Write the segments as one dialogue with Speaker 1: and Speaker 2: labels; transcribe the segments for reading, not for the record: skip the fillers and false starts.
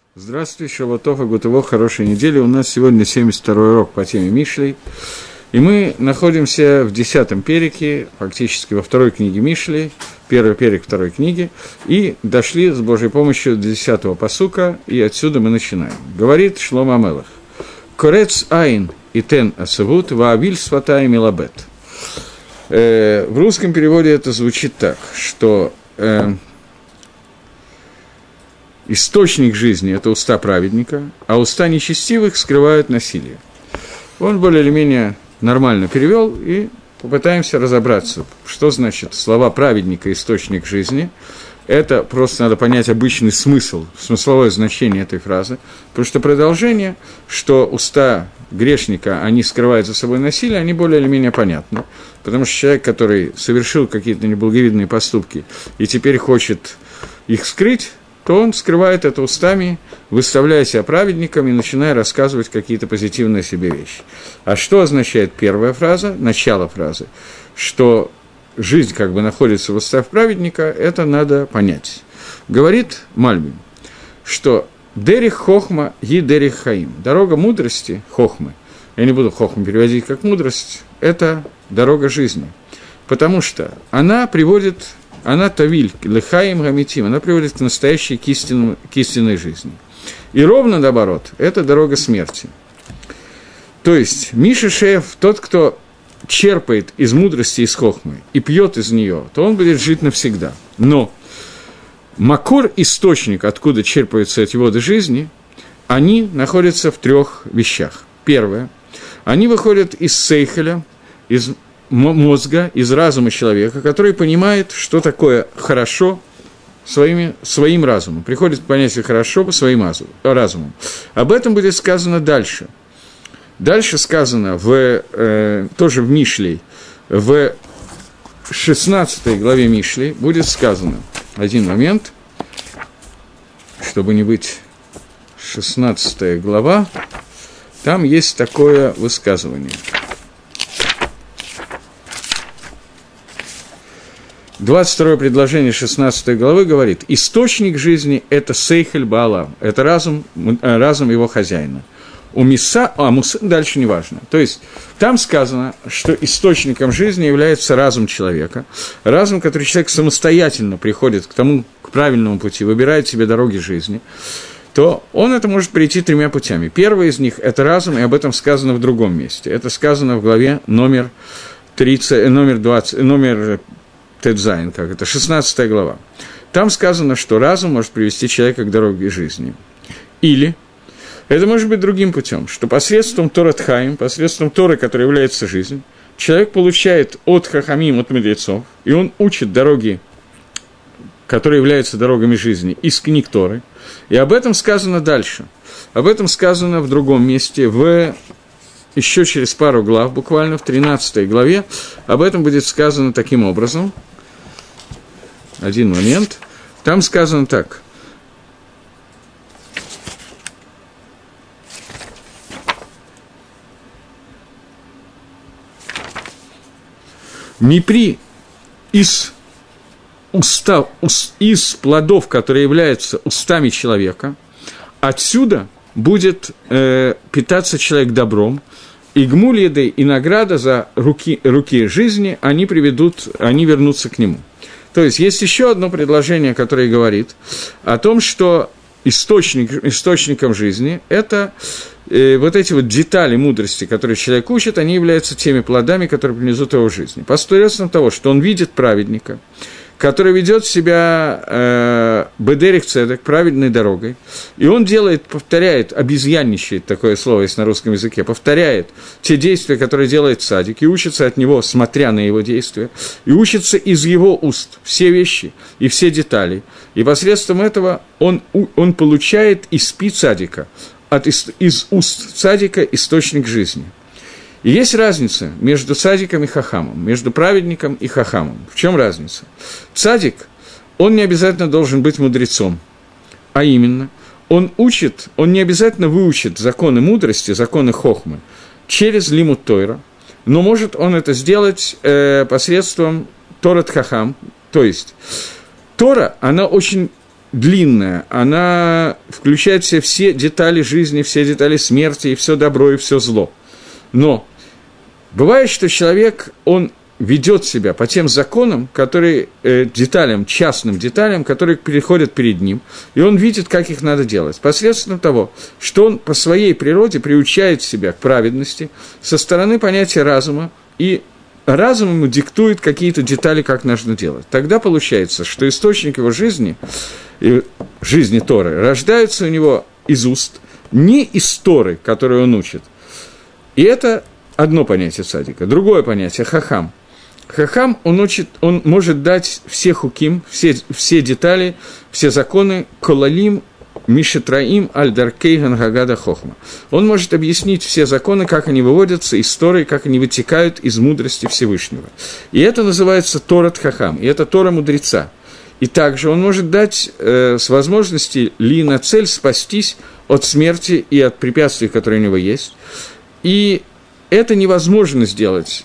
Speaker 1: Здравствуйте, Шавуатов и Гутово, хорошей недели. У нас сегодня 72-й урок по теме Мишлей. И мы находимся в 10-м перике, фактически во второй книге Мишлей, первый перик второй книги, и дошли с Божьей помощью до 10-го пасука, и отсюда мы начинаем. Говорит Шломо ха-Мелех: «Корец айн итен асавут ваавиль сватай милабет». В русском переводе это звучит так, что источник жизни – это уста праведника, а уста нечестивых скрывают насилие. Он более или менее нормально перевел, и попытаемся разобраться, что значит слова праведника «источник жизни». Это просто надо понять обычный смысл, смысловое значение этой фразы, потому что продолжение, что уста грешника, они скрывают за собой насилие, они более или менее понятны, потому что человек, который совершил какие-то неблаговидные поступки и теперь хочет их скрыть, то он скрывает это устами, выставляя себя праведником и начиная рассказывать какие-то позитивные себе вещи. А что означает первая фраза, начало фразы? Что жизнь как бы находится в устах праведника, это надо понять. Говорит Мальбим, что «Дерих хохма и дерих хаим» – дорога мудрости, хохмы, я не буду хохму переводить как мудрость, это дорога жизни, потому что она приводит... Она тавиль, лехаим гамитим, она приводит к настоящей к истинной жизни. И ровно наоборот, это дорога смерти. То есть Миша Шеф, тот, кто черпает из мудрости, из хохмы, и пьет из нее, то он будет жить навсегда. Но макор, источник, откуда черпаются эти воды жизни, они находятся в трех вещах. Первое, они выходят из сейхеля, из мозга, из разума человека, который понимает, что такое хорошо своим разумом. Приходит к понятию «хорошо» по своим разумом. Об этом будет сказано дальше. Дальше сказано тоже в Мишлей, в 16 главе Мишлей будет сказано, один момент, чтобы не быть 16 глава, там есть такое высказывание. 22 предложение 16 главы говорит: «Источник жизни – это сейхель баалам, это разум его хозяина». У Миса, дальше не важно. То есть, там сказано, что источником жизни является разум человека. Разум, который человек самостоятельно приходит к правильному пути, выбирает себе дороги жизни, то он это может прийти тремя путями. Первый из них – это разум, и об этом сказано в другом месте. Это сказано в главе номер 16 глава. Там сказано, что разум может привести человека к дороге жизни. Или это может быть другим путем, что посредством Торат Хаим, посредством Торы, которая является жизнью, человек получает от хахамим, от мудрецов, и он учит дороги, которые являются дорогами жизни, из книг Торы. И об этом сказано дальше. Об этом сказано в другом месте, еще через пару глав, буквально в 13 главе, об этом будет сказано таким образом. Один момент. Там сказано так. Мипри из плодов, которые являются устами человека, отсюда будет питаться человек добром, и гмуль едой, и награда за руки жизни, они вернутся к нему. То есть, есть еще одно предложение, которое говорит о том, что источником жизни – это вот эти вот детали мудрости, которые человек учит, они являются теми плодами, которые принесут его в жизни. Посредством того, что он видит праведника, который ведет себя бедерих цедек, праведной дорогой, и он повторяет, обезьянничает, такое слово есть на русском языке, повторяет те действия, которые делает цадик, и учится от него, смотря на его действия, и учится из его уст все вещи и все детали, и посредством этого он получает из пи цадика, из уст цадика источник жизни. И есть разница между цадиком и хахамом, между праведником и хахамом. В чем разница? Цадик, он не обязательно должен быть мудрецом, а именно, он не обязательно выучит законы мудрости, законы хохмы через лимут Тойра, но может он это сделать посредством Торат Хахам, то есть Тора, она очень длинная, она включает в себя все детали жизни, все детали смерти, и все добро, и все зло. Но бывает, что человек, он ведет себя по тем законам, которые, деталям, частным деталям, которые переходят перед ним, и он видит, как их надо делать, посредством того, что он по своей природе приучает себя к праведности со стороны понятия разума, и разум ему диктует какие-то детали, как нужно делать. Тогда получается, что источник его жизни, жизни Торы, рождается у него из уст, не из Торы, которую он учит. И это одно понятие цадика. Другое понятие – хахам. Хахам, он может дать все хуким, все детали, все законы, колалим, мишетраим, аль-даркей, гангагада, хохма. Он может объяснить все законы, как они выводятся из Торы, как они вытекают из мудрости Всевышнего. И это называется Торат хахам, и это Тора мудреца. И также он может дать с возможностью ли на цель спастись от смерти и от препятствий, которые у него есть. И это невозможно сделать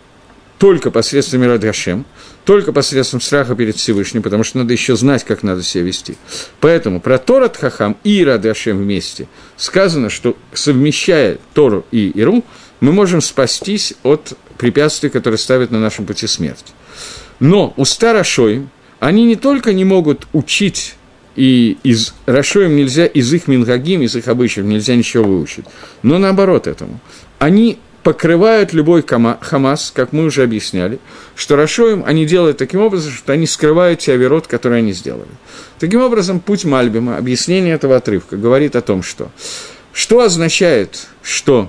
Speaker 1: только посредством Ират Гашем, только посредством страха перед Всевышним, потому что надо еще знать, как надо себя вести. Поэтому про Торат Хахам и Ират Гашем вместе сказано, что, совмещая Тору и Иру, мы можем спастись от препятствий, которые ставят на нашем пути смерть. Но уста Рашоим, они не только не могут учить, и из Рашоим нельзя, из их мингагим, из их обычаев нельзя ничего выучить, но наоборот этому. Они покрывают любой хамас, как мы уже объясняли, что Рашоим они делают таким образом, что они скрывают те авирот, которые они сделали. Таким образом, путь Мальбима, объяснение этого отрывка, говорит о том, что означает, что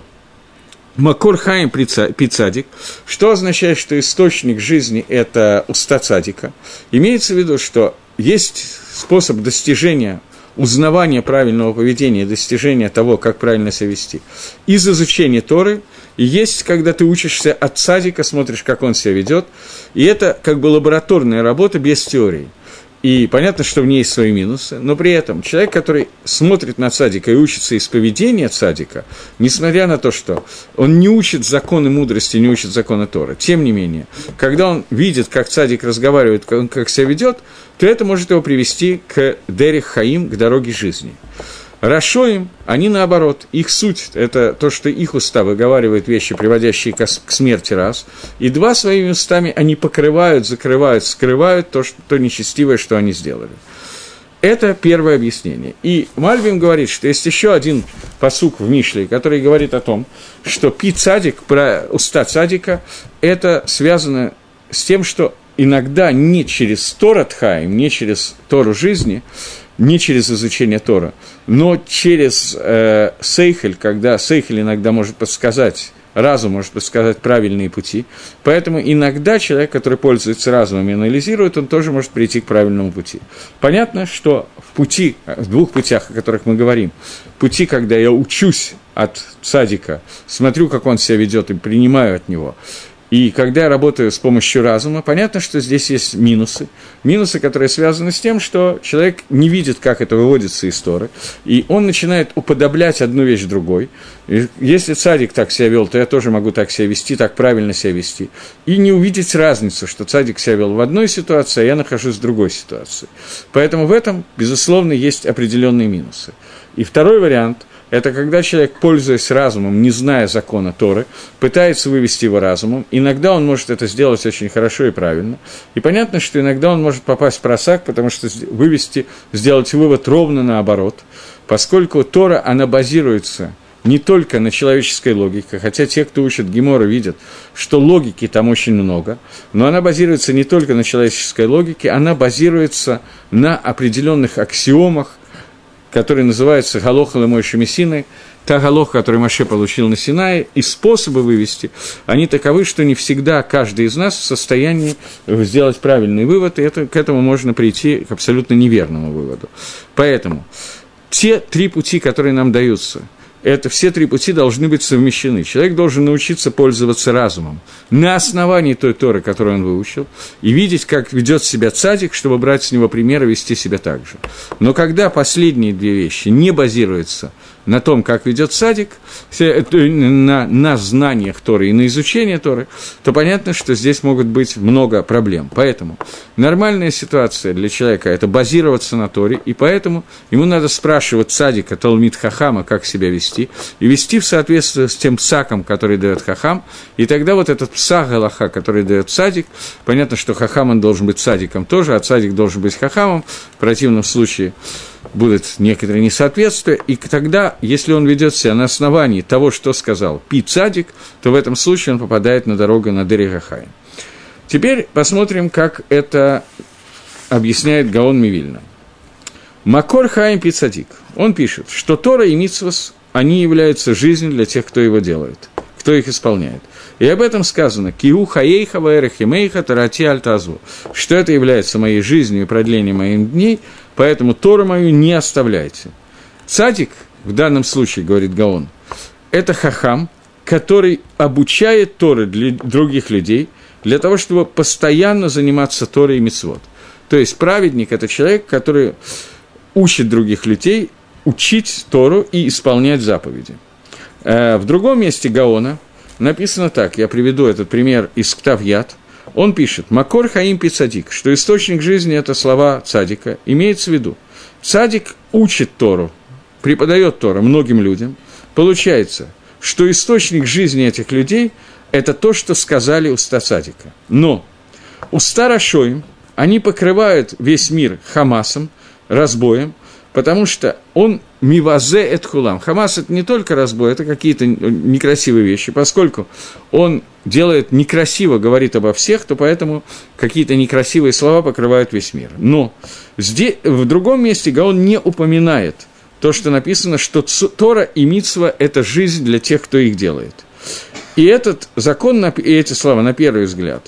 Speaker 1: Макор Хаим пи цадик, что означает, что источник жизни – это уста цадика. Имеется в виду, что есть способ достижения, узнавания правильного поведения, достижения того, как правильно себя вести, из изучения Торы. И есть, когда ты учишься от цадика, смотришь, как он себя ведет, и это как бы лабораторная работа без теории. И понятно, что в ней есть свои минусы, но при этом человек, который смотрит на цадика и учится из поведения цадика, несмотря на то, что он не учит законы мудрости, не учит законы Торы, тем не менее, когда он видит, как цадик разговаривает, как себя ведет, то это может его привести к Дерех Хаим, к дороге жизни. Рашоим, они наоборот, их суть – это то, что их уста выговаривают вещи, приводящие к смерти раз, и два, своими устами они покрывают, закрывают, скрывают то нечестивое, что они сделали. Это первое объяснение. И Мальбим говорит, что есть еще один пасук в Мишле, который говорит о том, что пи цадик, про уста цадика, это связано с тем, что иногда не через Торат Хаим, не через Тору жизни, не через изучение Тора, но через сейхель, когда сейхель иногда может подсказать, разум может подсказать правильные пути. Поэтому иногда человек, который пользуется разумом и анализирует, он тоже может прийти к правильному пути. Понятно, что в двух путях, о которых мы говорим, пути, когда я учусь от цадика, смотрю, как он себя ведет, и принимаю от него, и когда я работаю с помощью разума, понятно, что здесь есть минусы. Минусы, которые связаны с тем, что человек не видит, как это выводится из Торы, и он начинает уподоблять одну вещь другой. И если цадик так себя вел, то я тоже могу так себя вести, так правильно себя вести. И не увидеть разницу, что цадик себя вел в одной ситуации, а я нахожусь в другой ситуации. Поэтому в этом, безусловно, есть определенные минусы. И второй вариант – это когда человек, пользуясь разумом, не зная закона Торы, пытается вывести его разумом. Иногда он может это сделать очень хорошо и правильно. И понятно, что иногда он может попасть в просак, потому что сделать вывод ровно наоборот. Поскольку Тора, она базируется не только на человеческой логике, хотя те, кто учат Гемору, видят, что логики там очень много, но она базируется не только на человеческой логике, она базируется на определенных аксиомах, который называется «Галоха лемойши мессины», та галоха, которую Моше получил на Синае, и способы вывести, они таковы, что не всегда каждый из нас в состоянии сделать правильный вывод, и к этому можно прийти к абсолютно неверному выводу. Поэтому те три пути, которые нам даются, это все три пути должны быть совмещены. Человек должен научиться пользоваться разумом на основании той Торы, которую он выучил, и видеть, как ведет себя цадик, чтобы брать с него пример и вести себя так же. Но когда последние две вещи не базируются на том, как ведет цадик, на знаниях Торы и на изучении Торы, то понятно, что здесь могут быть много проблем. Поэтому нормальная ситуация для человека – это базироваться на Торе, и поэтому ему надо спрашивать цадика, Талмид Хахама, как себя вести, и вести в соответствии с тем псаком, который дает Хахам, и тогда вот этот псах галаха, который дает цадик, понятно, что Хахам он должен быть цадиком тоже, а цадик должен быть Хахамом, в противном случае будут некоторые несоответствия, и тогда, если он ведет себя на основании того, что сказал Пи цадик, то в этом случае он попадает на дорогу на Дерех ха-Хаим. Теперь посмотрим, как это объясняет Гаон Мивильна. Макор Хаим Пи цадик. Он пишет, что Тора и Мицвос, они являются жизнью для тех, кто его делает, кто их исполняет. И об этом сказано «Киу хаейха ваэрахимейха тарати альтазу», что это является моей жизнью и продлением моих дней, поэтому Тору мою не оставляйте. Цадик, в данном случае, говорит Гаон, это хахам, который обучает Торы для других людей, для того, чтобы постоянно заниматься Торой и мицвот. То есть праведник – это человек, который учит других людей учить Тору и исполнять заповеди. В другом месте Гаона написано так, я приведу этот пример из Ктав Яд. Он пишет «Макор хаим пи цадик», что источник жизни – это слова цадика. Имеется в виду, цадик учит Тору, преподает Тору многим людям. Получается, что источник жизни этих людей – это то, что сказали уста цадика. Но уста рашоим, они покрывают весь мир хамасом, разбоем, потому что он мивазе эт хулам. Хамас – это не только разбой, это какие-то некрасивые вещи. Поскольку он делает некрасиво, говорит обо всех, то поэтому какие-то некрасивые слова покрывают весь мир. Но здесь, в другом месте Гаон не упоминает то, что написано, что Тора и мицва – это жизнь для тех, кто их делает. И этот закон, и эти слова, на первый взгляд,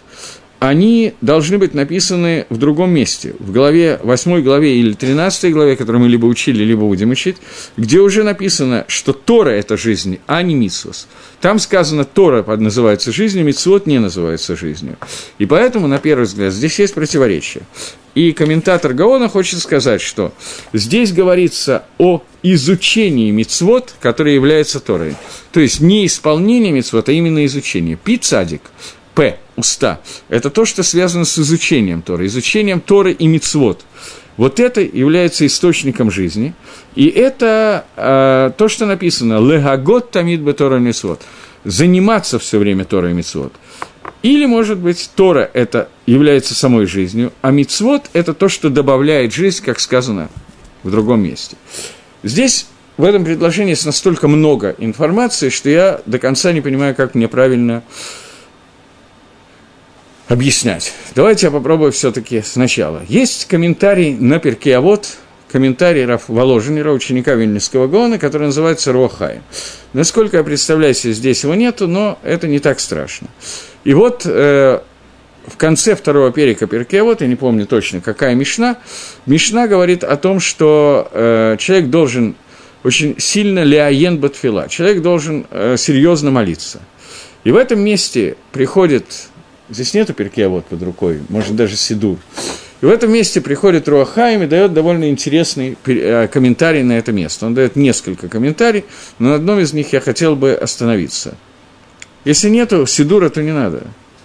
Speaker 1: они должны быть написаны в другом месте, в главе, 8 главе или 13 главе, которую мы либо учили, либо будем учить, где уже написано, что Тора – это жизнь, а не мицвос. Там сказано, Тора называется жизнью, мицвот не называется жизнью. И поэтому, на первый взгляд, здесь есть противоречие. И комментатор Гаона хочет сказать, что здесь говорится о изучении мицвот, которое является Торой. То есть не исполнение мицвот, а именно изучение. Пи цадик. П. Уста. Это то, что связано с изучением Торы и мицвот. Вот это является источником жизни. И это то, что написано «Легагот тамид бе Тора мицвот». Заниматься все время Торой и мицвот. Или, может быть, Тора – это является самой жизнью, а мицвот – это то, что добавляет жизнь, как сказано в другом месте. Здесь в этом предложении есть настолько много информации, что я до конца не понимаю, как мне правильно объяснять. Давайте я попробую все-таки сначала. Есть комментарий на Перкей Авот, комментарий Рав Воложенера, ученика Вильнюсского Гаона, который называется Руах Хаим. Насколько я представляю себе, здесь его нету, но это не так страшно. И вот в конце второго перека Перкей Авот, я не помню точно, какая Мишна, Мишна говорит о том, что человек должен очень сильно леаен батфила, человек должен серьезно молиться. И в этом месте приходит... Здесь нету Перкей Авот под рукой, может, даже Сидур. И в этом месте приходит Руах Хаим и дает довольно интересный комментарий на это место. Он дает несколько комментариев, но на одном из них я хотел бы остановиться. Если нету Сидура, то не надо.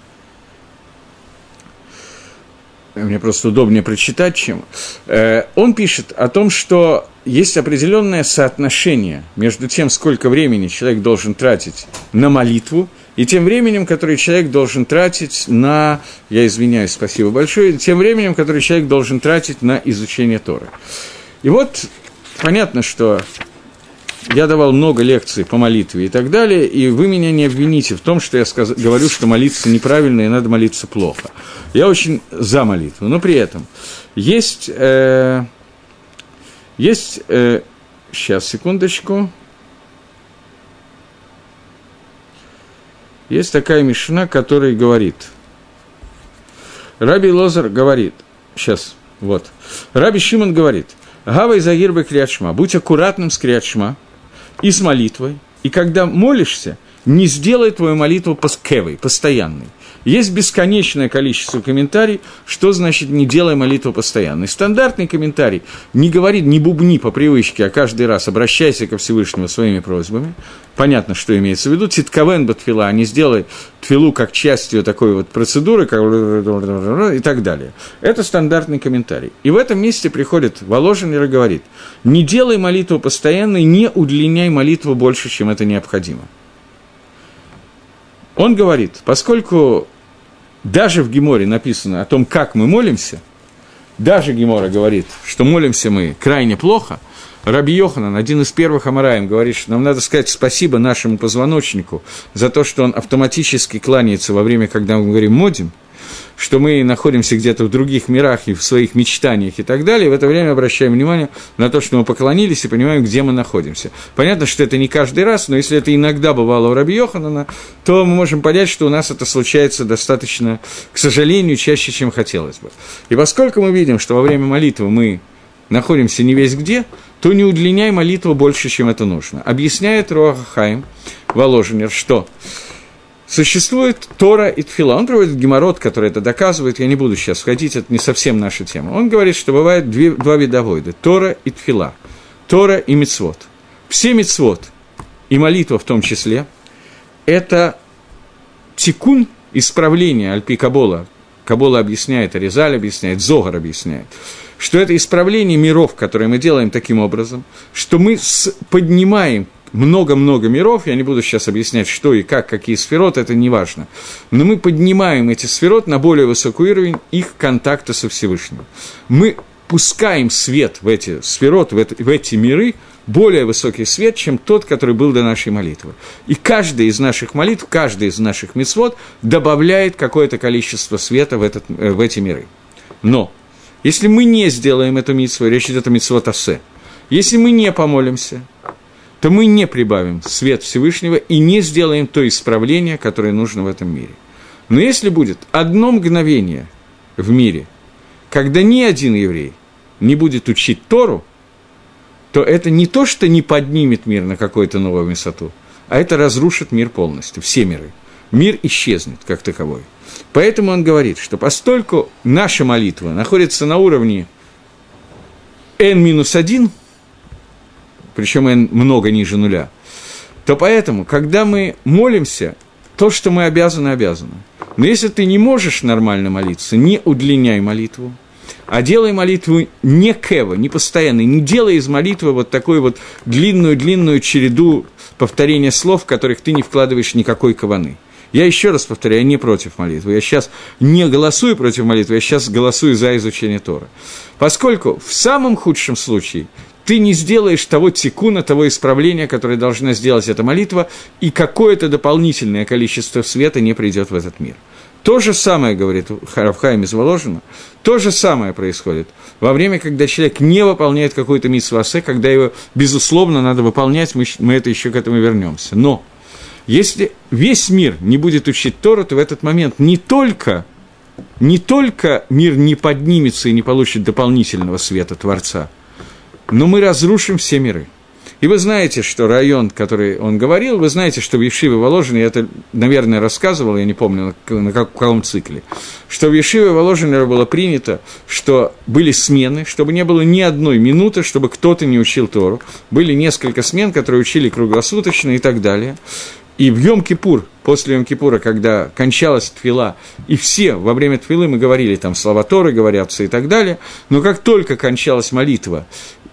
Speaker 1: Мне просто удобнее прочитать, чем... Он пишет о том, что есть определенное соотношение между тем, сколько времени человек должен тратить на молитву, и тем временем, которое человек должен тратить на, я извиняюсь, спасибо большое, тем временем, которое человек должен тратить на изучение Торы. И вот понятно, что я давал много лекций по молитве и так далее, и вы меня не обвините в том, что я говорю, что молиться неправильно и надо молиться плохо. Я очень за молитву, но при этом есть сейчас, секундочку. Есть такая мишна, которая говорит, Раби Лозар говорит, сейчас, вот, Раби Шимон говорит, Гавай загир бе крият шма, будь аккуратным с крият шма, и с молитвой. И когда молишься, не сделай твою молитву паскевой, постоянной. Есть бесконечное количество комментариев, что значит «не делай молитву постоянной». Стандартный комментарий не говорит, не бубни по привычке, а каждый раз обращайся ко Всевышнему своими просьбами. Понятно, что имеется в виду. Титковен батфила, а не сделай тфилу как частью такой вот процедуры, и так далее. Это стандартный комментарий. И в этом месте приходит Воложенер и говорит: не делай молитву постоянной, не удлиняй молитву больше, чем это необходимо. Он говорит, поскольку даже в Геморе написано о том, как мы молимся, даже Гемора говорит, что молимся мы крайне плохо, Раби Йоханан, один из первых амараим, говорит, что нам надо сказать спасибо нашему позвоночнику за то, что он автоматически кланяется во время, когда мы говорим «модим», что мы находимся где-то в других мирах и в своих мечтаниях и так далее, и в это время обращаем внимание на то, что мы поклонились и понимаем, где мы находимся. Понятно, что это не каждый раз, но если это иногда бывало у Раби Йоханана, то мы можем понять, что у нас это случается достаточно, к сожалению, чаще, чем хотелось бы. И поскольку мы видим, что во время молитвы мы находимся не весь где, то не удлиняй молитву больше, чем это нужно. Объясняет Руах ха-Хаим Воложенер, что существует Тора и Тфила. Он приводит гемарот, который это доказывает, я не буду сейчас входить, это не совсем наша тема. Он говорит, что бывает два вида войды – Тора и Тфила, Тора и мицвот. Все мицвот, и молитва в том числе, это тикун, исправление альпи Кабола. Кабола объясняет, Аризаль объясняет, Зогар объясняет, что это исправление миров, которые мы делаем таким образом, что мы поднимаем много-много миров, я не буду сейчас объяснять, что и как, какие сферот, это не важно, но мы поднимаем эти сферот на более высокий уровень их контакта со Всевышним. Мы пускаем свет в эти сферот, в эти миры, более высокий свет, чем тот, который был до нашей молитвы. И каждая из наших молитв, каждая из наших мицвот добавляет какое-то количество света в эти миры. Но если мы не сделаем эту мицву, речь идет о мицвот асе, если мы не помолимся, то мы не прибавим свет Всевышнего и не сделаем то исправление, которое нужно в этом мире. Но если будет одно мгновение в мире, когда ни один еврей не будет учить Тору, то это не то, что не поднимет мир на какую-то новую высоту, а это разрушит мир полностью, все миры. Мир исчезнет как таковой. Поэтому он говорит, что постольку наша молитва находится на уровне n-1, причем n много ниже нуля, то поэтому, когда мы молимся, то, что мы обязаны. Но если ты не можешь нормально молиться, не удлиняй молитву, а делай молитву не кева, не постоянной, не делай из молитвы вот такую вот длинную череду повторения слов, в которых ты не вкладываешь никакой каваны. Я еще раз повторяю, я не против молитвы. Я сейчас не голосую против молитвы, я сейчас голосую за изучение Торы. Поскольку в самом худшем случае ты не сделаешь того тикуна, того исправления, которое должна сделать эта молитва, и какое-то дополнительное количество света не придет в этот мир. То же самое, говорит Рав Хаим из Воложина, то же самое происходит во время, когда человек не выполняет какую-то мицву асе, когда его, безусловно, надо выполнять, мы это еще к этому вернемся. Но если весь мир не будет учить Тору, то в этот момент не только мир не поднимется и не получит дополнительного света Творца, но мы разрушим все миры. И вы знаете, что район, который он говорил, вы знаете, что в Ешиве Воложене, я это, наверное, рассказывал, я не помню, на каком цикле, что в Ешиве Воложене было принято, что были смены, чтобы не было ни одной минуты, чтобы кто-то не учил Тору. Были несколько смен, которые учили круглосуточно и так далее. И в Йом-Кипур, после Йом-Кипура, когда кончалась тфила, и все во время тфилы мы говорили, там слова Торы говорятся и так далее, но как только кончалась молитва,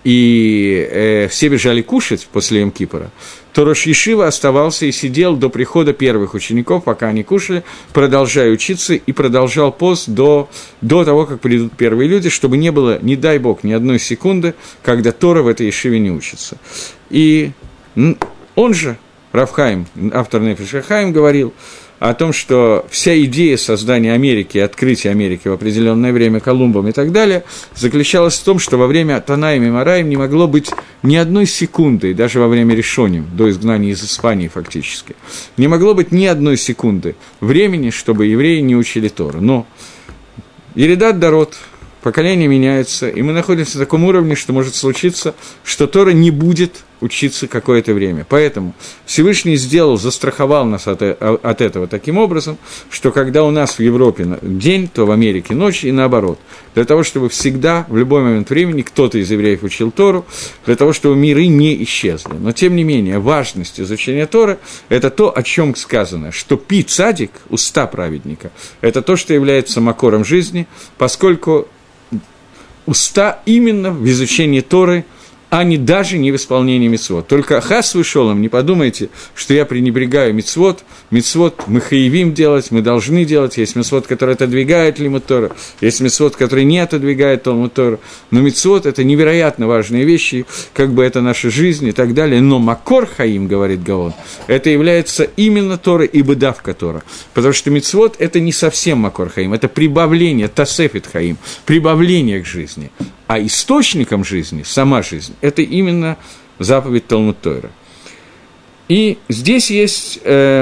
Speaker 1: и все бежали кушать после Йом-Кипура, то Рош Ешива оставался и сидел до прихода первых учеников, пока они кушали, продолжая учиться, и продолжал пост до того, как придут первые люди, чтобы не было, не дай Бог, ни одной секунды, когда Тора в этой Ешиве не учится. И он же, Рав Хаим, автор Нефеш Хаим, говорил о том, что вся идея создания Америки, открытия Америки в определенное время Колумбом и так далее, заключалась в том, что во время Танаим и Мараим не могло быть ни одной секунды, даже во время Решоним, до изгнания из Испании фактически, не могло быть ни одной секунды времени, чтобы евреи не учили Тору. Но Еридат Дарот, поколение меняется, и мы находимся на таком уровне, что может случиться, что Тора не будет учиться какое-то время. Поэтому Всевышний застраховал нас от этого таким образом, что когда у нас в Европе день, то в Америке ночь и наоборот. Для того, чтобы всегда, в любой момент времени, кто-то из евреев учил Тору, для того, чтобы миры не исчезли. Но, тем не менее, важность изучения Торы – это то, о чем сказано, что пи цадик, уста праведника, это то, что является макором жизни, поскольку уста именно в изучении Торы, а не даже не в исполнении мицвот. Только хас вышелом, не подумайте, что я пренебрегаю мицвот. Мицвот мы хаевим делать, мы должны делать. Есть мицвот, который отодвигает лимут Тора, есть мицвот, который не отодвигает лимут Тора. Но мицвот – это невероятно важные вещи, как бы это наша жизнь и так далее. Но макор хаим, говорит Гаон, это является именно Тора и быдавка Тора. Потому что мицвот – это не совсем макор хаим, это прибавление, тасефит хаим, прибавление к жизни. А источником жизни, сама жизнь, это именно заповедь Талмуд Тойра. И здесь есть...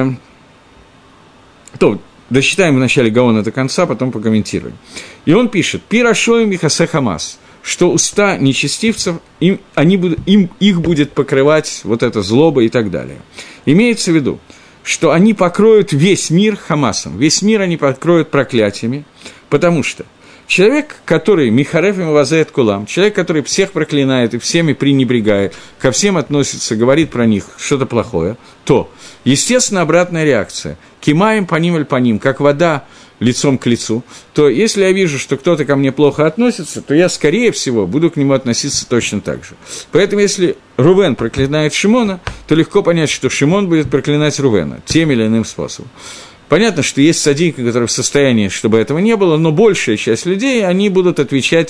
Speaker 1: дочитаем вначале Гаона до конца, потом покомментируем. И он пишет, «Пирашоим и хасе хамас», что уста нечестивцев, их будет покрывать вот эта злоба и так далее. Имеется в виду, что они покроют весь мир хамасом, весь мир они покроют проклятиями, потому что человек, который михареф им вазеет кулам, человек, который всех проклинает и всеми пренебрегает, ко всем относится, говорит про них что-то плохое, то, естественно, обратная реакция. Кимаем по ним или по ним, как вода лицом к лицу, то если я вижу, что кто-то ко мне плохо относится, то я, скорее всего, буду к нему относиться точно так же. Поэтому, если Рувен проклинает Шимона, то легко понять, что Шимон будет проклинать Рувена тем или иным способом. Понятно, что есть садики, которые в состоянии, чтобы этого не было, но большая часть людей, они будут отвечать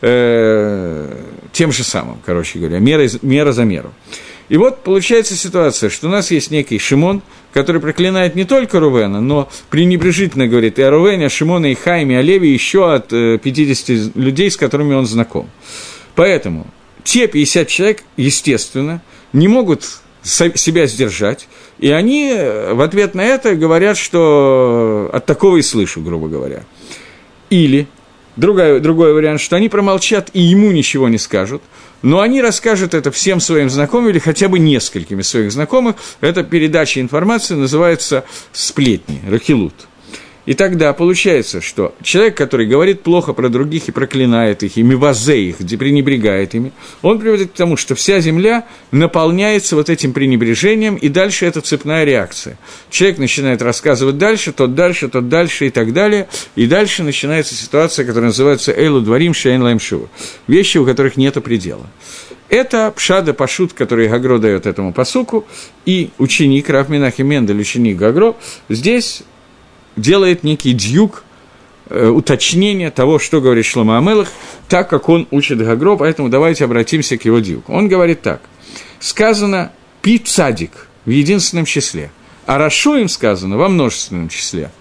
Speaker 1: тем же самым, короче говоря, мера за меру. И вот получается ситуация, что у нас есть некий Шимон, который проклинает не только Рувена, но пренебрежительно говорит и о Рувене, о Шимоне, и Хайме, о Леве, еще от 50 людей, с которыми он знаком. Поэтому те 50 человек, естественно, не могут себя сдержать, и они в ответ на это говорят, что от такого и слышу, грубо говоря. Или другой вариант, что они промолчат и ему ничего не скажут, но они расскажут это всем своим знакомым или хотя бы несколькими своих знакомых. Эта передача информации называется «сплетни», «рахилут». И тогда получается, что человек, который говорит плохо про других и проклинает их, и мивазе их, пренебрегает ими, он приводит к тому, что вся земля наполняется вот этим пренебрежением, и дальше это цепная реакция. Человек начинает рассказывать дальше, тот дальше и так далее, и дальше начинается ситуация, которая называется «эйлу дварим шейн лаим шува», вещи, у которых нет предела. Это пшада пашут, который Гагро дает этому пасуку, и ученик, Рав Менахем Мендель, ученик Гагро, здесь делает некий дьюк, уточнение того, что говорит Шломо ха-Мелех, так как он учит Гагро, поэтому давайте обратимся к его дьюку. Он говорит так. Сказано «пи цадик» в единственном числе, а «рашо» им сказано во множественном числе.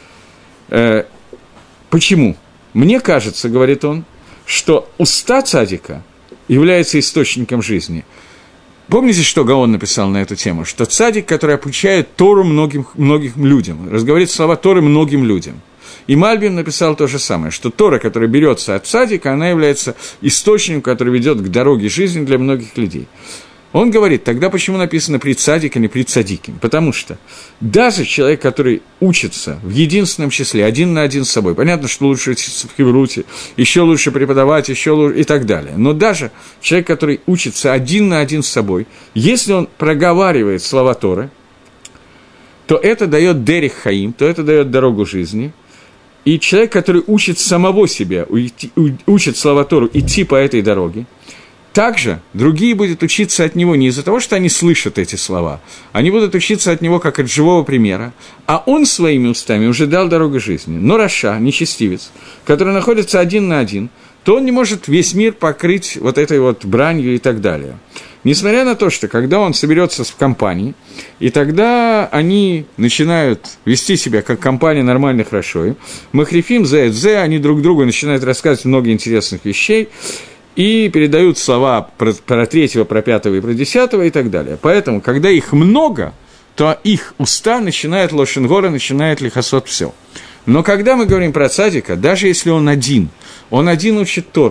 Speaker 1: Почему? Мне кажется, говорит он, что уста цадика являются источником жизни. Помните, что Гаон написал на эту тему? Что цадик, который обучает Тору многим людям, разговаривает слова Торы многим людям. И Мальбим написал то же самое, что Тора, которая берется от цадика, она является источником, который ведет к дороге жизни для многих людей. Он говорит, тогда почему написано «при цадик», а не «при цадиким»? Потому что даже человек, который учится в единственном числе, один на один с собой, понятно, что лучше учиться в Хевруте, еще лучше преподавать, еще лучше и так далее, но даже человек, который учится один на один с собой, если он проговаривает слова Торы, то это дает дерих хаим, то это дает дорогу жизни, и человек, который учит самого себя, учит слова Тору идти по этой дороге, также другие будут учиться от него не из-за того, что они слышат эти слова, они будут учиться от него как от живого примера, а он своими устами уже дал дорогу жизни. Но раша, нечестивец, который находится один на один, то он не может весь мир покрыть вот этой вот бранью и так далее. Несмотря на то, что когда он соберется в компании, и тогда они начинают вести себя как компания нормальных рашоим, махрифим, зэ, они друг другу начинают рассказывать много интересных вещей, и передают слова про третьего, про пятого и про десятого и так далее. Поэтому, когда их много, то их уста начинают лошенгора, начинает лихасот все. Но когда мы говорим про цадика, даже если он один учит Тору,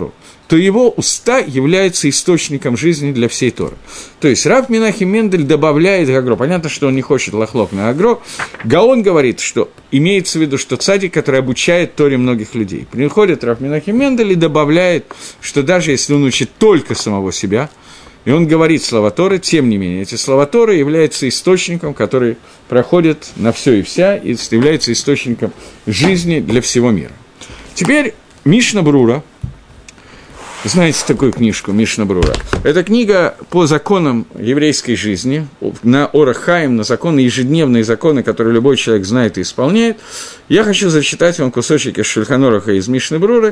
Speaker 1: то его уста являются источником жизни для всей Торы. То есть Рав Менахем Мендель добавляет к Агро. Понятно, что он не хочет лохлок на Агро. Гаон говорит, что имеется в виду, что цадик, который обучает Торе многих людей. Приходит Рав Менахем Мендель и добавляет, что даже если он учит только самого себя, и он говорит слова Торы, тем не менее, эти слова Торы являются источником, который проходит на все и вся, и является источником жизни для всего мира. Теперь Мишна Брура. Знаете такую книжку Мишна Брура? Это книга по законам еврейской жизни, на Орах Хаим, на законы, ежедневные законы, которые любой человек знает и исполняет. Я хочу зачитать вам кусочек из Шульхан Аруха из Мишны Бруры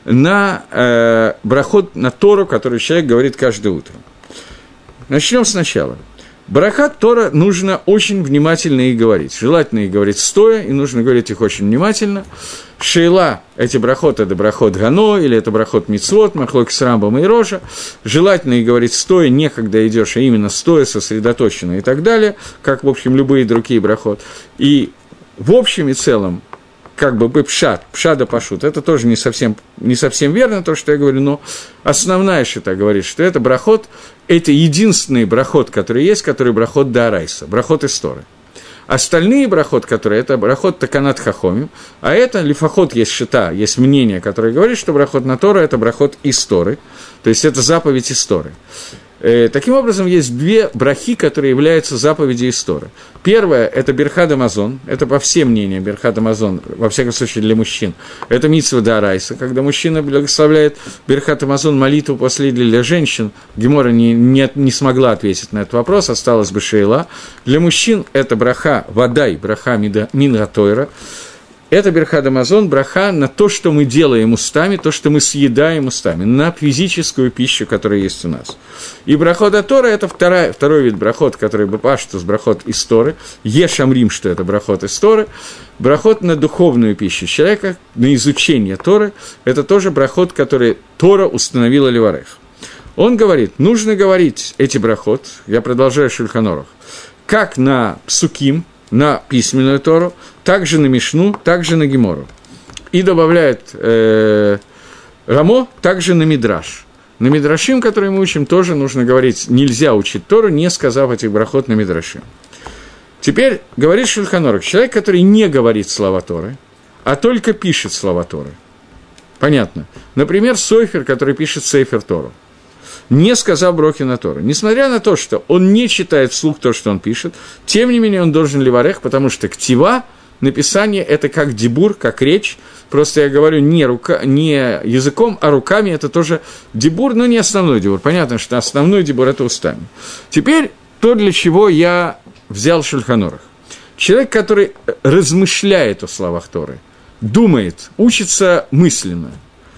Speaker 1: на брахот, на Тору, который человек говорит каждое утро. Начнем сначала. Барахат Тора нужно очень внимательно и говорить. Желательно их говорить стоя, и нужно говорить их очень внимательно. Шейла, эти брахот, это брахот Гано, или это брахот Мицвот, Махлоки с Рамбом и Рожа. Желательно их говорить стоя, не когда идешь, а именно стоя, сосредоточенно и так далее, как, в общем, любые другие брахот. И в общем и целом, как бы пшада пашут, это тоже не совсем верно, то, что я говорю, но основная шита говорит, что это брахот, это единственный брахот, который есть, который брахот даарайса, брахот из Торы. Остальные брахот, которые, это брахот таканат хахомим, а это лифахот есть шита, есть мнение, которое говорит, что брахот на Тору – это брахот из Торы, то есть это заповедь из Торы. Таким образом, есть две брахи, которые являются заповедью из Торы. Первое – это Берхат Амазон, это по всем мнениям Берхат Амазон, во всяком случае для мужчин. Это мицва даарайса, когда мужчина благословляет Берхат Амазон, молитву после для женщин. Гемора не смогла ответить на этот вопрос, осталась бы шейла. Для мужчин это браха вадай, браха минга тойра. Это Берхат Амазон, браха на то, что мы делаем устами, то, что мы съедаем устами, на физическую пищу, которая есть у нас. И брахот Тора – это второй вид брахот, который бапаштус, брахот из Торы. Ешамрим, что это брахот из Торы. Брахот на духовную пищу человека, на изучение Торы – это тоже брахот, который Тора установила леварех. Он говорит, нужно говорить эти брахот, я продолжаю Шульхан Арух, как на псуким, на письменную Тору, также на Мишну, также на Гемору. И добавляет Рамо, также на Мидраш. На Мидрашим, которые мы учим, тоже нужно говорить, нельзя учить Тору, не сказав этих брахот на Мидрашим. Теперь говорит Шульхан Арух, человек, который не говорит слова Торы, а только пишет слова Торы. Понятно. Например, Софер, который пишет Сейфер Тору, не сказав брохи на Тору. Несмотря на то, что он не читает вслух то, что он пишет, тем не менее он должен ливарех, потому что ктива, написание, это как дибур, как речь. Просто я говорю не языком, а руками, это тоже дибур, но не основной дибур. Понятно, что основной дибур – это устами. Теперь то, для чего я взял Шульхан Арух. Человек, который размышляет о словах Торы, думает, учится мысленно,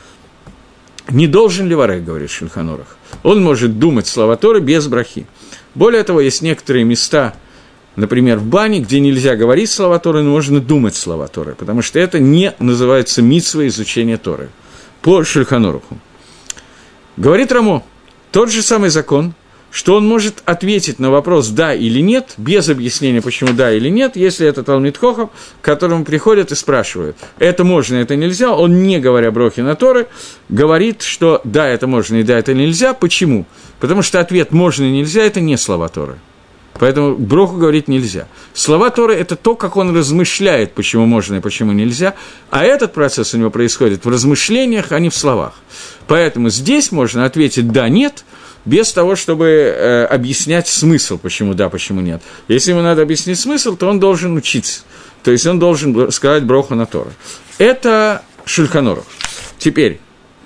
Speaker 1: не должен ливарех, говорит Шульхан Арух. Он может думать слова Торы без брахи. Более того, есть некоторые места, например, в бане, где нельзя говорить слова Торы, но можно думать слова Торы, потому что это не называется мицва изучения Торы. По Шульхан Аруху. Говорит Рамо, тот же самый закон, что он может ответить на вопрос «да» или «нет», без объяснения, почему «да» или «нет», если это Талмид Хохам, к которому приходят и спрашивают, это можно, это нельзя, он, не говоря брохи на Торы, говорит, что «да, это можно» и «да, это нельзя». Почему? Потому что ответ «можно» и «нельзя» – это не слова Торы. Поэтому броху говорить нельзя. Слова Торы – это то, как он размышляет, почему можно и почему нельзя, а этот процесс у него происходит в размышлениях, а не в словах. Поэтому здесь можно ответить «да», «нет», без того, чтобы объяснять смысл, почему да, почему нет. Если ему надо объяснить смысл, то он должен учиться. То есть он должен сказать броху на Тору. Это Шульхан Арух. Теперь,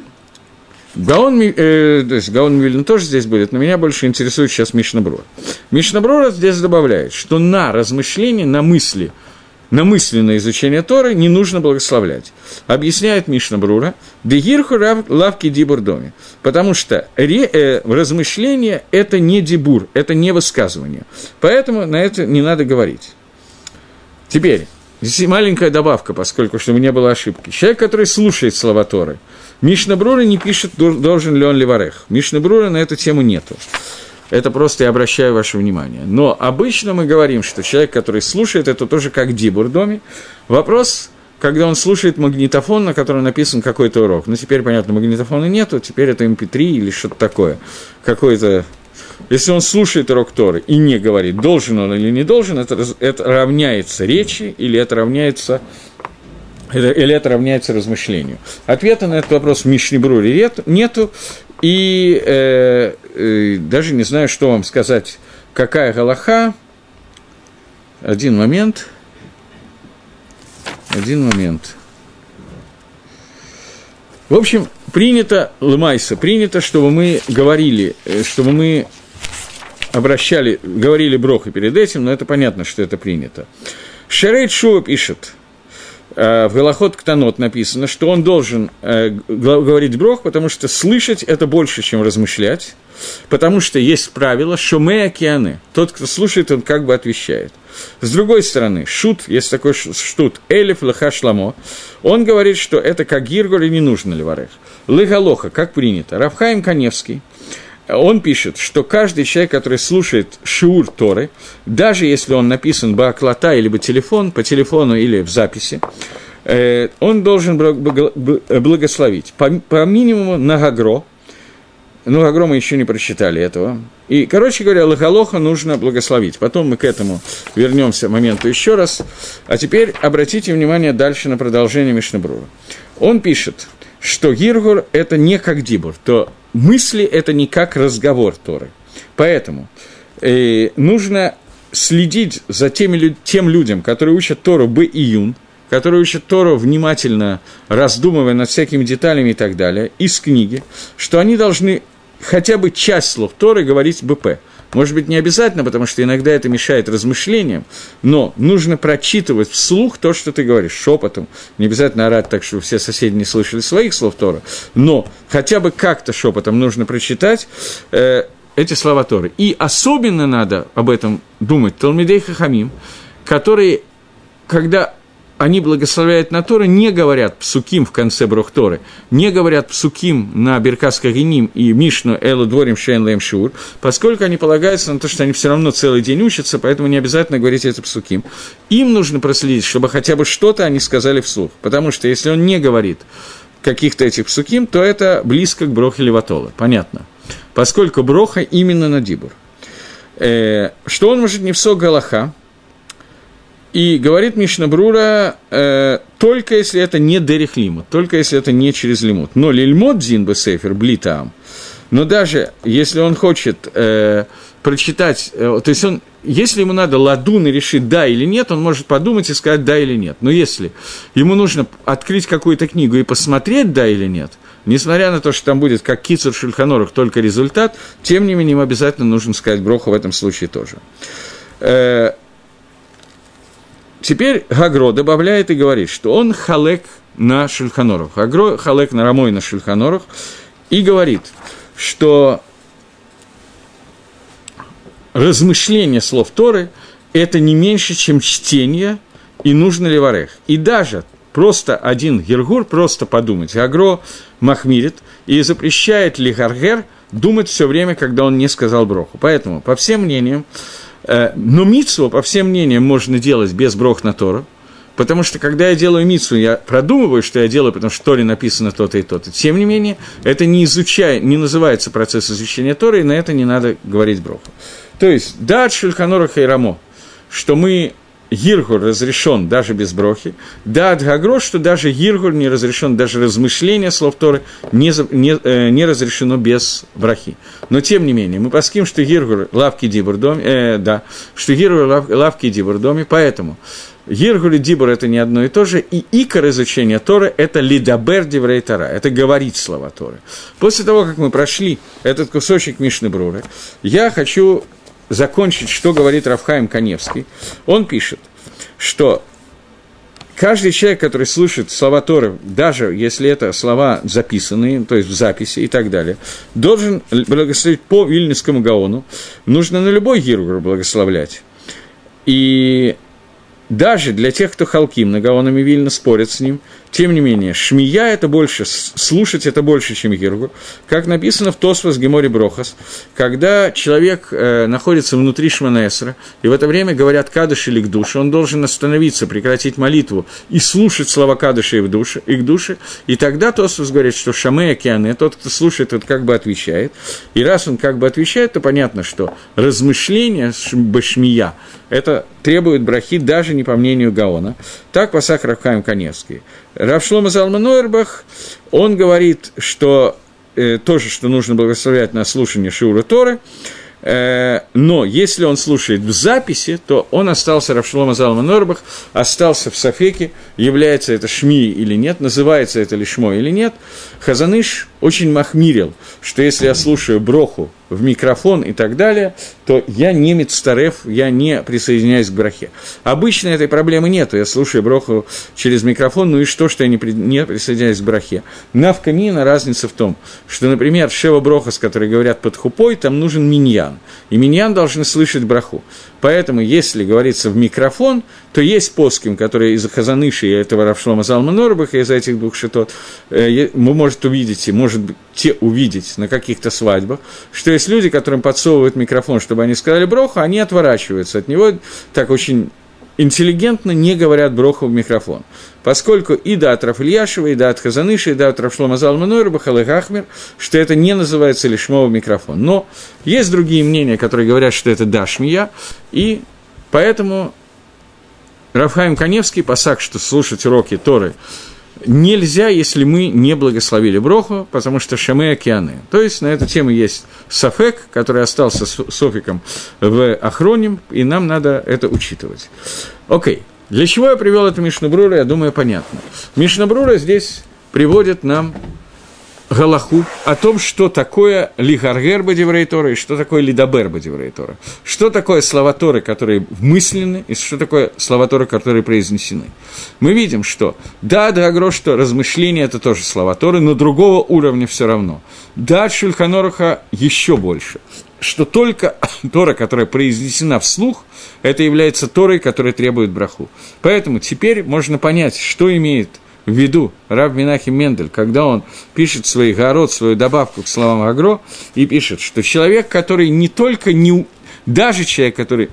Speaker 1: Гаон Мивильна тоже здесь будет, но меня больше интересует сейчас Мишна Брура. Мишна Брура здесь добавляет, что на размышления, на мысли, на мысленное изучение Торы не нужно благословлять. Объясняет Мишна Брура, «Дегирху лавки дибур доме», потому что размышление – это не дибур, это не высказывание. Поэтому на это не надо говорить. Теперь, здесь маленькая добавка, поскольку, чтобы не было ошибки. Человек, который слушает слова Торы, Мишна Брура не пишет, должен ли он ливарех. Мишна Брура на эту тему нету. Это просто я обращаю ваше внимание. Но обычно мы говорим, что человек, который слушает, это тоже как дибур в доме. Вопрос, когда он слушает магнитофон, на котором написан какой-то урок. Ну, теперь, понятно, магнитофона нету, теперь это MP3 или что-то такое. Какой-то... Если он слушает урок Торы и не говорит, должен он или не должен, это равняется речи или это равняется размышлению. Ответа на этот вопрос в Мишне Бруре нету, и даже не знаю, что вам сказать, какая галаха. Один момент. В общем, принято, лымайса, чтобы мы говорили, чтобы мы говорили броху перед этим, но это понятно, что это принято. Шарейт Шува пишет, в Галахот Ктанот написано, что он должен говорить брох, потому что слышать это больше, чем размышлять, потому что есть правило «шомея киане». Тот, кто слушает, он как бы отвечает. С другой стороны, шут, есть такой штут, элиф леха шламо, он говорит, что это как гиргуль и не нужно леварех. Лыгалоха, как принято. Рав Хаим Каневский, он пишет, что каждый человек, который слушает шиур Торы, даже если он написан бааклата или по телефону или в записи, он должен благословить по минимуму на гагро. Ну, гагро мы еще не прочитали этого. И, короче говоря, лагалоха нужно благословить. Потом мы к этому вернемся моменту еще раз. А теперь обратите внимание дальше на продолжение Мишны Брура. Он пишет, что гиргур – это не как дибур, то мысли – это не как разговор Торы. Поэтому нужно следить за тем людям, которые учат Тору б-июн, которые учат Тору внимательно, раздумывая над всякими деталями и так далее, из книги, что они должны хотя бы часть слов Торы говорить БП. Может быть, не обязательно, потому что иногда это мешает размышлениям, но нужно прочитывать вслух то, что ты говоришь, шепотом. Не обязательно орать так, чтобы все соседи не слышали своих слов Торы, но хотя бы как-то шепотом нужно прочитать эти слова Торы. И особенно надо об этом думать Талмидей Хахамим, которые, когда они благословляют на Торы, не говорят псуким в конце брох Торы, не говорят псуким на Беркас Кагиним и Мишну Элу Дворим Шейн Лэм Шур, поскольку они полагаются на то, что они все равно целый день учатся, поэтому не обязательно говорить это псуким. Им нужно проследить, чтобы хотя бы что-то они сказали вслух, потому что если он не говорит каких-то этих псуким, то это близко к брохе Леватола, понятно, поскольку броха именно на дибур. Что он может не всо галаха, и говорит Мишна Брура, только если это не дерих лимут, только если это не через лимут. Но лильмот дзин бесефер блитаам. Но даже если он хочет прочитать, то есть если ему надо ладун и решить да или нет, он может подумать и сказать да или нет. Но если ему нужно открыть какую-то книгу и посмотреть да или нет, несмотря на то, что там будет как кицур шульхан-орух, только результат, тем не менее, ему обязательно нужно сказать броху в этом случае тоже. Теперь Гагро добавляет и говорит, что он халек на шульхан-орух. Гагро халек на рамой на шульхан-орух и говорит, что размышление слов Торы – это не меньше, чем чтение, и нужно ли варех. И даже просто один гиргур, просто подумать, Гагро махмирит и запрещает ли гаргер думать все время, когда он не сказал броху. Поэтому, по всем мнениям, но мицву, по всем мнениям, можно делать без брох на Тору, потому что, когда я делаю мицву, я продумываю, что я делаю, потому что в Торе написано то-то и то-то. Тем не менее, это не называется процесс изучения Торы, и на это не надо говорить броху. То есть, да, от Шульхан-оруха и Рамо, что гиргур разрешен даже без брохи, да, от Гагро, что даже гиргур не разрешен, даже размышление слов Торы не разрешено без брахи. Но, тем не менее, мы паским, что гиргур лавки дибур доме, что гиргур лавки дибур доме, поэтому гиргур и дибур – это не одно и то же, и икор изучения Торы – это лидабер диврей Тора, это говорить слова Торы. После того, как мы прошли этот кусочек Мишны Бруры, я хочу закончить, что говорит Рав Хаим Каневский. Он пишет, что каждый человек, который слышит слова Торы, даже если это слова записанные, то есть в записи и так далее, должен благословить по Вильнюсскому Гаону. Нужно на любой гиргур благословлять. И даже для тех, кто халким на Гаонами Вильна, спорят с ним, тем не менее, шмия – это больше, слушать – это больше, чем гиргур. Как написано в Тосфос Геморе Брохас, когда человек находится внутри Шмона Эсра, и в это время говорят кадыш или к душе, он должен остановиться, прекратить молитву и слушать слова кадыша и к душе, и тогда Тосфос говорит, что шамея киане, тот, кто слушает, тот как бы отвечает. И раз он как бы отвечает, то понятно, что размышление башмия – это требует брахи даже не по мнению Гаона. Так пасах Рав Хаим Каневский. Рав Шломо Залман Ойрбах, он говорит, что тоже, что нужно благословлять на слушание Шиура Торы, но если он слушает в записи, то он остался, Рав Шломо Залман Ойрбах, остался в Сафеке, является это шми или нет, называется это лишмо или нет. Хазон Иш очень махмирил, что если я слушаю броху в микрофон и так далее, то я не мицтареф, я не присоединяюсь к брахе. Обычно этой проблемы нету, я слушаю броху через микрофон, ну и что я не присоединяюсь к брахе. Навка мина, разница в том, что, например, шева брохас, которые говорят под хупой, там нужен миньян, и миньян должен слышать браху. Поэтому, если говорится в микрофон, то есть поским, которые из-за Хазон Иша и этого Рав Шломо Залман Ойрбаха, из-за этих двух шитот, вы можете увидеть на каких-то свадьбах, что есть люди, которым подсовывают микрофон, чтобы они сказали броху, они отворачиваются от него, так очень интеллигентно не говорят броху в микрофон. Поскольку и да от Рав Ильяшева, и да от Хазон Иша, и да от Рав Шломо Залман Ойрбаха, Лехахмер, что это не называется лишмо в микрофон. Но есть другие мнения, которые говорят, что это да шмия, и поэтому Рав Хаим Каневский пасак, что слушать уроки Торы нельзя, если мы не благословили броху, потому что шамея киане. То есть на эту тему есть сафек, который остался софиком в Ахроним, и нам надо это учитывать. Окей. Для чего я привел эту Мишну Брура, я думаю, понятно. Мишна Брура здесь приводит нам галаху о том, что такое лигаргер бадеврей Торы и что такое лидабер бадеврей Торы. Что такое слова Торы, которые мысленны, и что такое слова Торы, которые произнесены. Мы видим, что да, что размышления – это тоже слова Торы, но другого уровня все равно. Да, от Шульхан Аруха еще больше. Что только Тора, которая произнесена вслух, это является Торой, которая требует браху. Поэтому теперь можно понять, что имеет в виду Рав Менахем Мендель, когда он пишет свой город, свою добавку к словам Агро, и пишет, что человек, который не только даже человек, который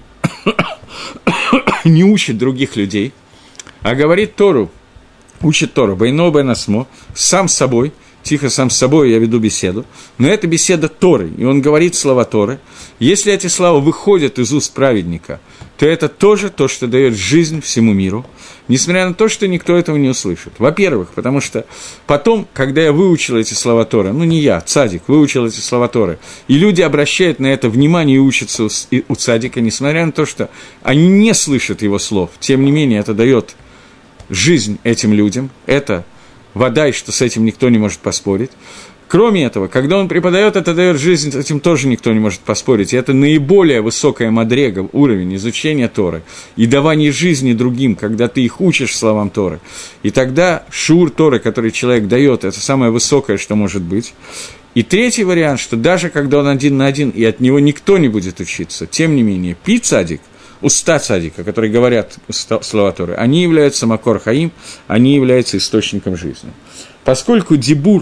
Speaker 1: не учит других людей, а говорит Тору, учит Тору, бейно бейнасмо, сам собой, тихо сам с собой я веду беседу, но это беседа Торы, и он говорит слова Торы. Если эти слова выходят из уст праведника, то это тоже то, что дает жизнь всему миру, несмотря на то, что никто этого не услышит. Во-первых, потому что потом, когда я выучил эти слова Торы, не я, цадик, выучил эти слова Торы, и люди обращают на это внимание и учатся у цадика, несмотря на то, что они не слышат его слов, тем не менее это дает жизнь этим людям, это вода, и что с этим никто не может поспорить. Кроме этого, когда он преподает, это дает жизнь, с этим тоже никто не может поспорить. И это наиболее высокая мадрега, уровень изучения Торы и давания жизни другим, когда ты их учишь словам Торы. И тогда шур Торы, который человек дает, это самое высокое, что может быть. И третий вариант, что даже когда он один на один, и от него никто не будет учиться, тем не менее, цадик, уста цадика, которые говорят слова Торы, они являются макор хаим, они являются источником жизни. Поскольку дибур,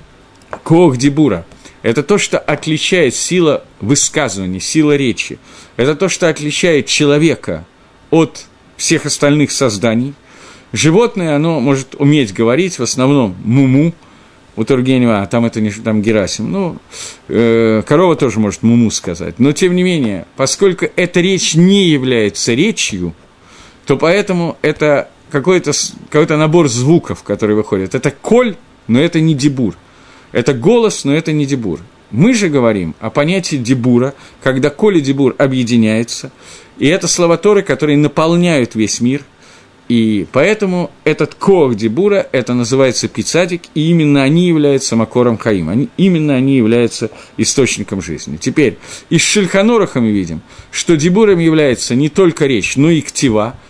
Speaker 1: коах дибура, это то, что отличает сила высказывания, сила речи, это то, что отличает человека от всех остальных созданий. Животное, оно может уметь говорить, в основном муму, у Тургенева, а там это не там Герасим, корова тоже может муму сказать, но тем не менее, поскольку эта речь не является речью, то поэтому это какой-то набор звуков, который выходит. Это коль, но это не дибур. Это голос, но это не дибур. Мы же говорим о понятии дибура, когда коль и дибур объединяются, и это слова Торы, которые наполняют весь мир. И поэтому этот коах дибура, это называется пицадик, и именно они являются макором хаим, именно они являются источником жизни. Теперь из Шульхан Аруха мы видим, что дибуром является не только речь, но и ктива,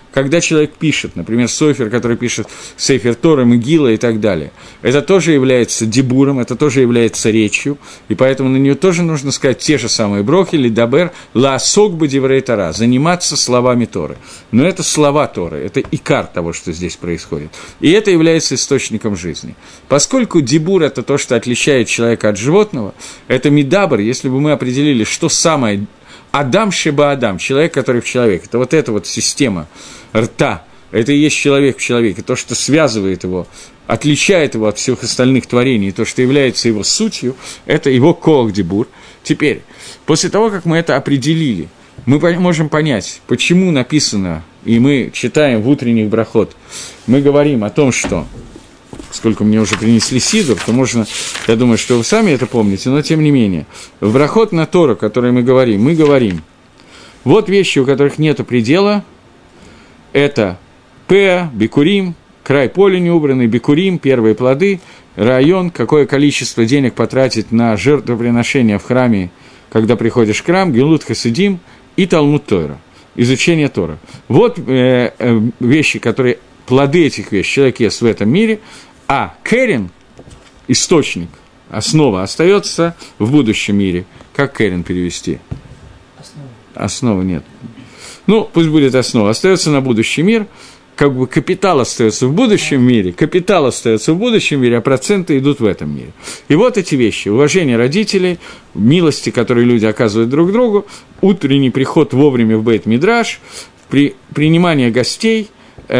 Speaker 1: когда человек пишет, например, Софер, который пишет Сейфер Тора, Мегила и так далее, это тоже является дибуром, это тоже является речью, и поэтому на нее тоже нужно сказать те же самые брохи, лидабер, лаасок бы диврей Тора, заниматься словами Торы. Но это слова Торы, это икар того, что здесь происходит. И это является источником жизни. Поскольку дибур – это то, что отличает человека от животного, это мидабр, если бы мы определили, что самое Адам шеба Адам, человек, который в человеке, это вот эта вот система рта, это и есть человек в человеке, то, что связывает его, отличает его от всех остальных творений, то, что является его сутью, это его коах дибур. Теперь, после того, как мы это определили, мы можем понять, почему написано, и мы читаем в утренних брахот, мы говорим о том, что, поскольку мне уже принесли сидур, то можно, я думаю, что вы сами это помните, но тем не менее, в брахот на Тору, о которой мы говорим, вот вещи, у которых нет предела, это П, Бикурим, край поля не убранный, Бикурим, первые плоды, район, какое количество денег потратить на жертвоприношение в храме, когда приходишь в храм, Гилут Хасидим и Талмуд Тора, изучение Тора. Вот вещи, которые, плоды этих вещей человек ест в этом мире, а Керен, источник, основа, остается в будущем мире. Как Керен перевести? Основа нет. Ну, пусть будет основа. Остается на будущий мир, как бы капитал остается в будущем мире, а проценты идут в этом мире. И вот эти вещи. Уважение родителей, милости, которые люди оказывают друг другу, утренний приход вовремя в Бейт-Мидраш, принимание гостей,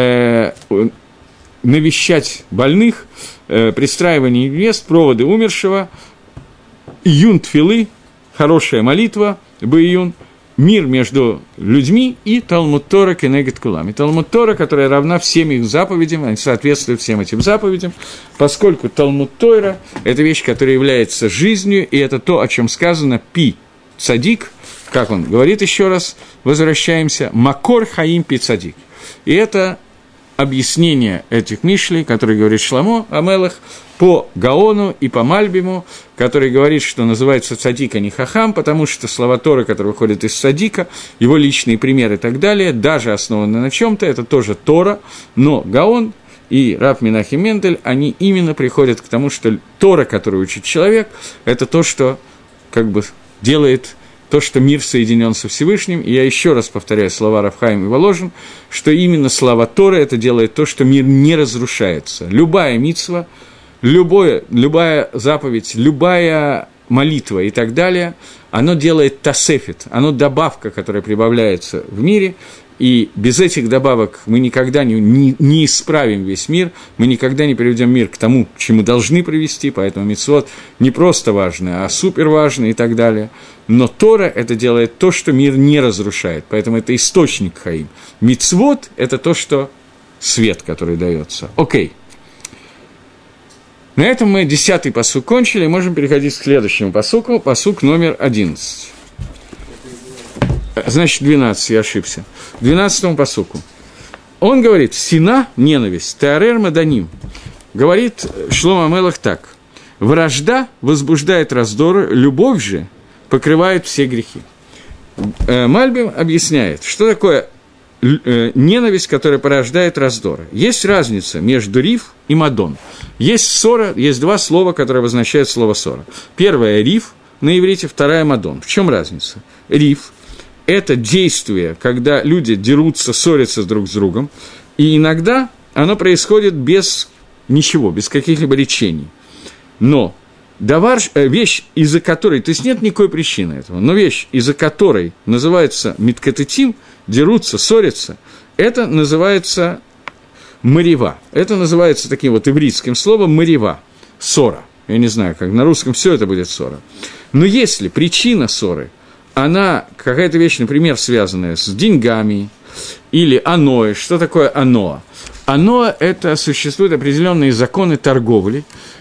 Speaker 1: навещать больных, пристраивание невест, проводы умершего, июн тфилы, хорошая молитва, бэйюн, мир между людьми и Талмуд Тора кенегет кулам. И Талмуд Тора, которая равна всем их заповедям, они соответствуют всем этим заповедям, поскольку Талмуд Тора – это вещь, которая является жизнью, и это то, о чем сказано пи цадик, как он говорит еще раз, возвращаемся, макор хаим пи цадик. И это объяснение этих мишлей, которые говорит Шломо Амелех, по Гаону и по Мальбиму, который говорит, что называется цадик, а не хахам, потому что слова Торы, которые выходят из цадика, его личные примеры и так далее, даже основаны на чем-то, это тоже Тора, но Гаон и Рав Менахем Мендель, они именно приходят к тому, что Тора, которую учит человек, это то, что как бы делает то, что мир соединен со Всевышним, и я еще раз повторяю слова Рав Хаим и Воложин, что именно слова Торы это делает то, что мир не разрушается. Любая мицва, любая заповедь, любая молитва и так далее, оно делает тасефет, оно добавка, которая прибавляется в мире, и без этих добавок мы никогда не исправим весь мир, мы никогда не приведем мир к тому, к чему должны привести, поэтому мицвот не просто важны, а супер важны и так далее. Но Тора это делает то, что мир не разрушает, поэтому это источник хаим. Мицвот – это то, что свет, который дается. Окей. На этом мы 10-й пасук кончили, и можем переходить к следующему пасуку, пасук номер 11. Значит, 12, я ошибся. 12-му пасуку. Он говорит, сина, ненависть, теарер маданим. Говорит Шломо Амелех так. Вражда возбуждает раздоры, любовь же покрывает все грехи. Мальбим объясняет, что такое ненависть, которая порождает раздоры. Есть разница между риф и мадон. Есть ссора, есть два слова, которые обозначают слово ссора. Первое – риф на иврите, вторая – мадон. В чем разница? Риф – это действие, когда люди дерутся, ссорятся друг с другом, и иногда оно происходит без ничего, без каких-либо речений. Но вещь, из-за которой, то есть нет никакой причины этого, но вещь, из-за которой называется миткатетим, дерутся, ссорятся, это называется марева. Это называется таким вот ивритским словом марева, ссора. Я не знаю, как на русском все это будет ссора. Но если причина ссоры, она какая-то вещь, например, связанная с деньгами или аноэ, что такое аноа? Аноа – это существуют определенные законы торговли,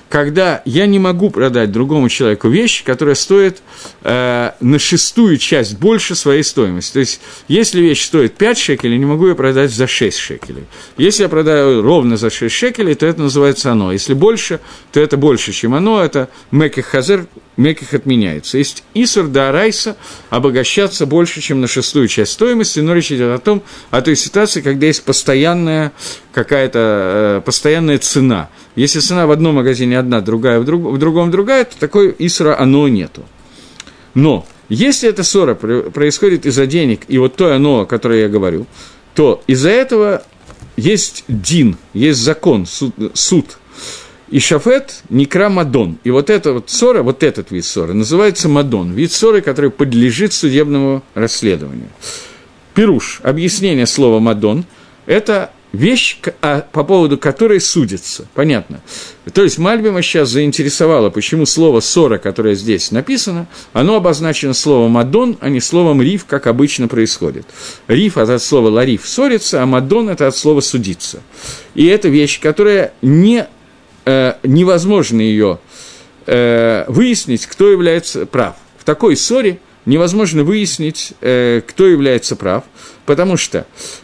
Speaker 1: когда я не могу продать другому человеку вещь, которая стоит на 1/6 часть больше своей стоимости. То есть, если вещь стоит 5 шекелей, не могу ее продать за 6 шекелей. Если я продаю ровно за 6 шекелей, то это называется оно. Если больше, то это больше, чем оно. Это меких хазер, меких отменяется. Есть исур д'орайса обогащаться больше, чем на 1/6 часть стоимости, но речь идет о той ситуации, когда есть постоянная какая-то постоянная цена. Если цена в одном магазине одна, другая в другом другая, то такой исура оно нету. Но если эта ссора происходит из-за денег, и вот то оно, о котором я говорю, то из-за этого есть дин, есть закон, суд. И шафет никра мадон. И вот эта вот ссора, вот этот вид ссоры называется мадон. Вид ссоры, который подлежит судебному расследованию. Пируш, объяснение слова мадон, это вещь, по поводу которой судится. Понятно. То есть Мальбима сейчас заинтересовало, почему слово «ссора», которое здесь написано, оно обозначено словом «мадон», а не словом «риф», как обычно происходит. «Риф» – это от слова «лариф» – ссориться, а «мадон» – это от слова «судиться». И это вещь, которая невозможно ее выяснить, кто является прав. В такой ссоре невозможно выяснить, кто является прав, потому что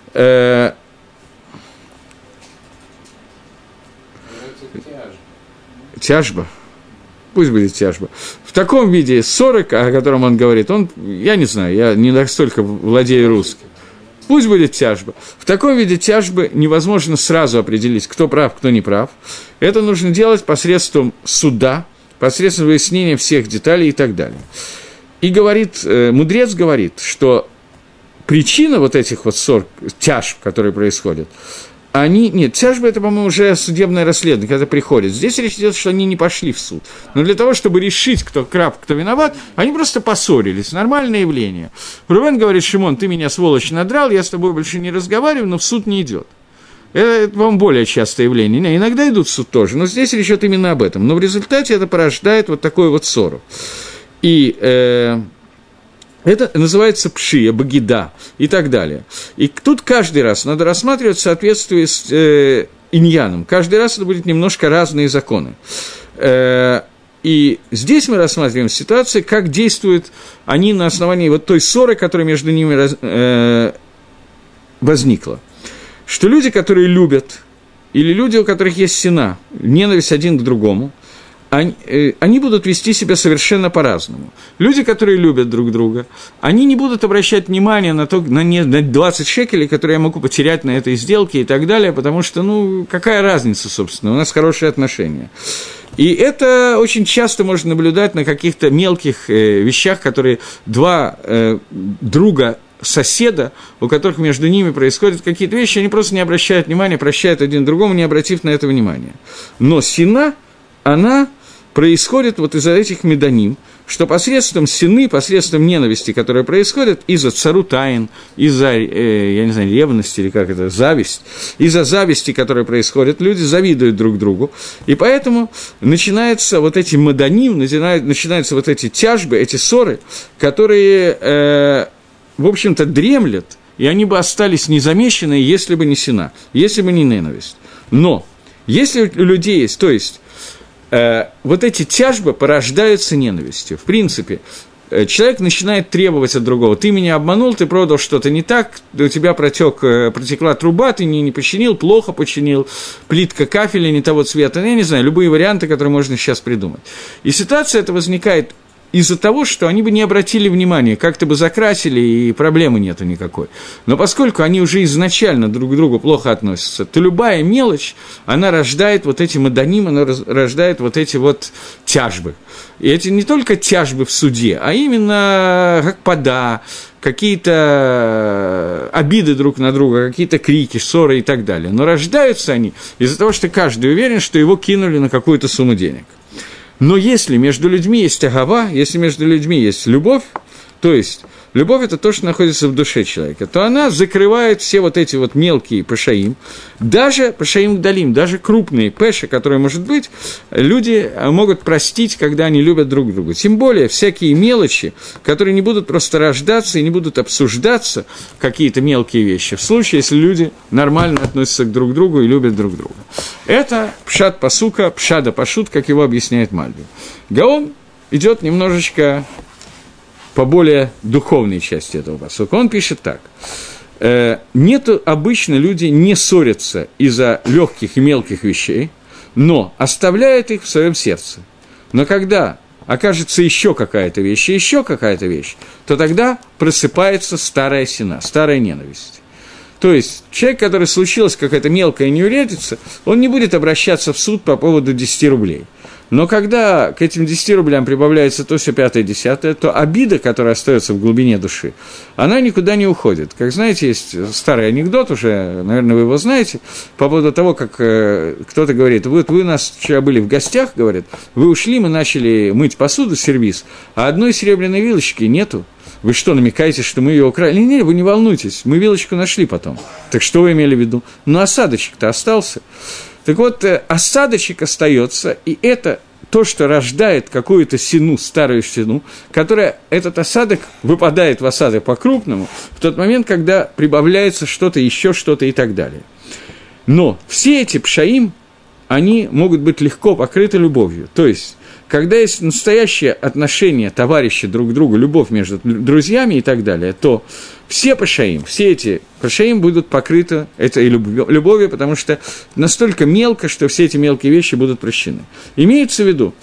Speaker 1: тяжба, пусть будет тяжба. В таком виде ссоры, о котором он говорит, я не знаю, я не настолько владею русским. Пусть будет тяжба. В таком виде тяжбы невозможно сразу определить, кто прав, кто не прав. Это нужно делать посредством суда, посредством выяснения всех деталей и так далее. И мудрец говорит, что причина вот этих вот ссор, тяжб, которые происходят, тяжба – это, по-моему, уже судебное расследование, когда приходит. Здесь речь идет, что они не пошли в суд. Но для того, чтобы решить, кто прав, кто виноват, они просто поссорились. Нормальное явление. Рувен говорит: Шимон, ты меня, сволочь, надрал, я с тобой больше не разговариваю, но в суд не идет. Это, по-моему, более частое явление. Иногда идут в суд тоже, но здесь речь идет именно об этом. Но в результате это порождает вот такую вот ссору. И это называется пшия, багида и так далее. И тут каждый раз надо рассматривать в соответствии с иньяном. Каждый раз это будут немножко разные законы. И здесь мы рассматриваем ситуацию, как действуют они на основании вот той ссоры, которая между ними возникла. Что люди, которые любят, или люди, у которых есть сина, ненависть один к другому, они будут вести себя совершенно по-разному. Люди, которые любят друг друга, они не будут обращать внимание на 20 шекелей, которые я могу потерять на этой сделке и так далее, потому что, какая разница, собственно, у нас хорошие отношения. И это очень часто можно наблюдать на каких-то мелких вещах, которые два друга, соседа, у которых между ними происходят какие-то вещи, они просто не обращают внимания, прощают один другому, не обратив на это внимания. Но сина, она происходит вот из-за этих меданим, что посредством сины, посредством ненависти, которая происходит из-за царутайн, из-за, ревности или как это, зависть, из-за зависти, которая происходит, люди завидуют друг другу, и поэтому начинаются вот эти меданим, начинаются вот эти тяжбы, эти ссоры, которые, в общем-то, дремлят, и они бы остались незамеченные, если бы не сина, если бы не ненависть. Но если у людей есть, то есть, вот эти тяжбы порождаются ненавистью. В принципе, человек начинает требовать от другого: ты меня обманул, ты продал что-то не так, у тебя протекла труба, ты не починил, плохо починил, плитка кафеля не того цвета, я не знаю, любые варианты, которые можно сейчас придумать. И ситуация эта возникает из-за того, что они бы не обратили внимания, как-то бы закрасили, и проблемы нету никакой. Но поскольку они уже изначально друг к другу плохо относятся, то любая мелочь, она рождает вот эти мадоним, она рождает вот эти вот тяжбы. И эти не только тяжбы в суде, а именно хакпада, какие-то обиды друг на друга, какие-то крики, ссоры и так далее. Но рождаются они из-за того, что каждый уверен, что его кинули на какую-то сумму денег. Но если между людьми есть агава, если между людьми есть любовь, то есть любовь – это то, что находится в душе человека, то она закрывает все вот эти вот мелкие пешаим, даже пешаим гдалим, даже крупные пеши, которые, может быть, люди могут простить, когда они любят друг друга. Тем более всякие мелочи, которые не будут просто рождаться и не будут обсуждаться, какие-то мелкие вещи, в случае, если люди нормально относятся друг к другу и любят друг друга. Это пшат пасука, пшада пашут, как его объясняет Мальбим. Гаон идет немножечко по более духовной части этого пасука. Он пишет так. Обычно люди не ссорятся из-за легких и мелких вещей, но оставляют их в своем сердце. Но когда окажется еще какая-то вещь, то тогда просыпается старая сина, старая ненависть. То есть человек, который случилась какая-то мелкая неурядица, он не будет обращаться в суд по поводу 10 рублей. Но когда к этим 10 рублям прибавляется то, все 5-10, то обида, которая остается в глубине души, она никуда не уходит. Как знаете, есть старый анекдот, уже, наверное, вы его знаете, по поводу того, как кто-то говорит, вот вы у нас вчера были в гостях, говорят, вы ушли, мы начали мыть посуду, сервиз, а одной серебряной вилочки нету. Вы что, намекаете, что мы ее украли? Не, вы не волнуйтесь, мы вилочку нашли потом. Так что вы имели в виду? Ну, осадочек-то остался. Так вот, осадочек остается, и это то, что рождает какую-то сину, старую сину, которая, этот осадок выпадает в осадок по-крупному в тот момент, когда прибавляется что-то, еще что-то и так далее. Но все эти пшаим, они могут быть легко покрыты любовью. То есть, когда есть настоящее отношение товарища друг к другу, любовь между друзьями и так далее, то все эти пашаим будут покрыты этой любовью, потому что настолько мелко, что все эти мелкие вещи будут прощены. Имеется в виду,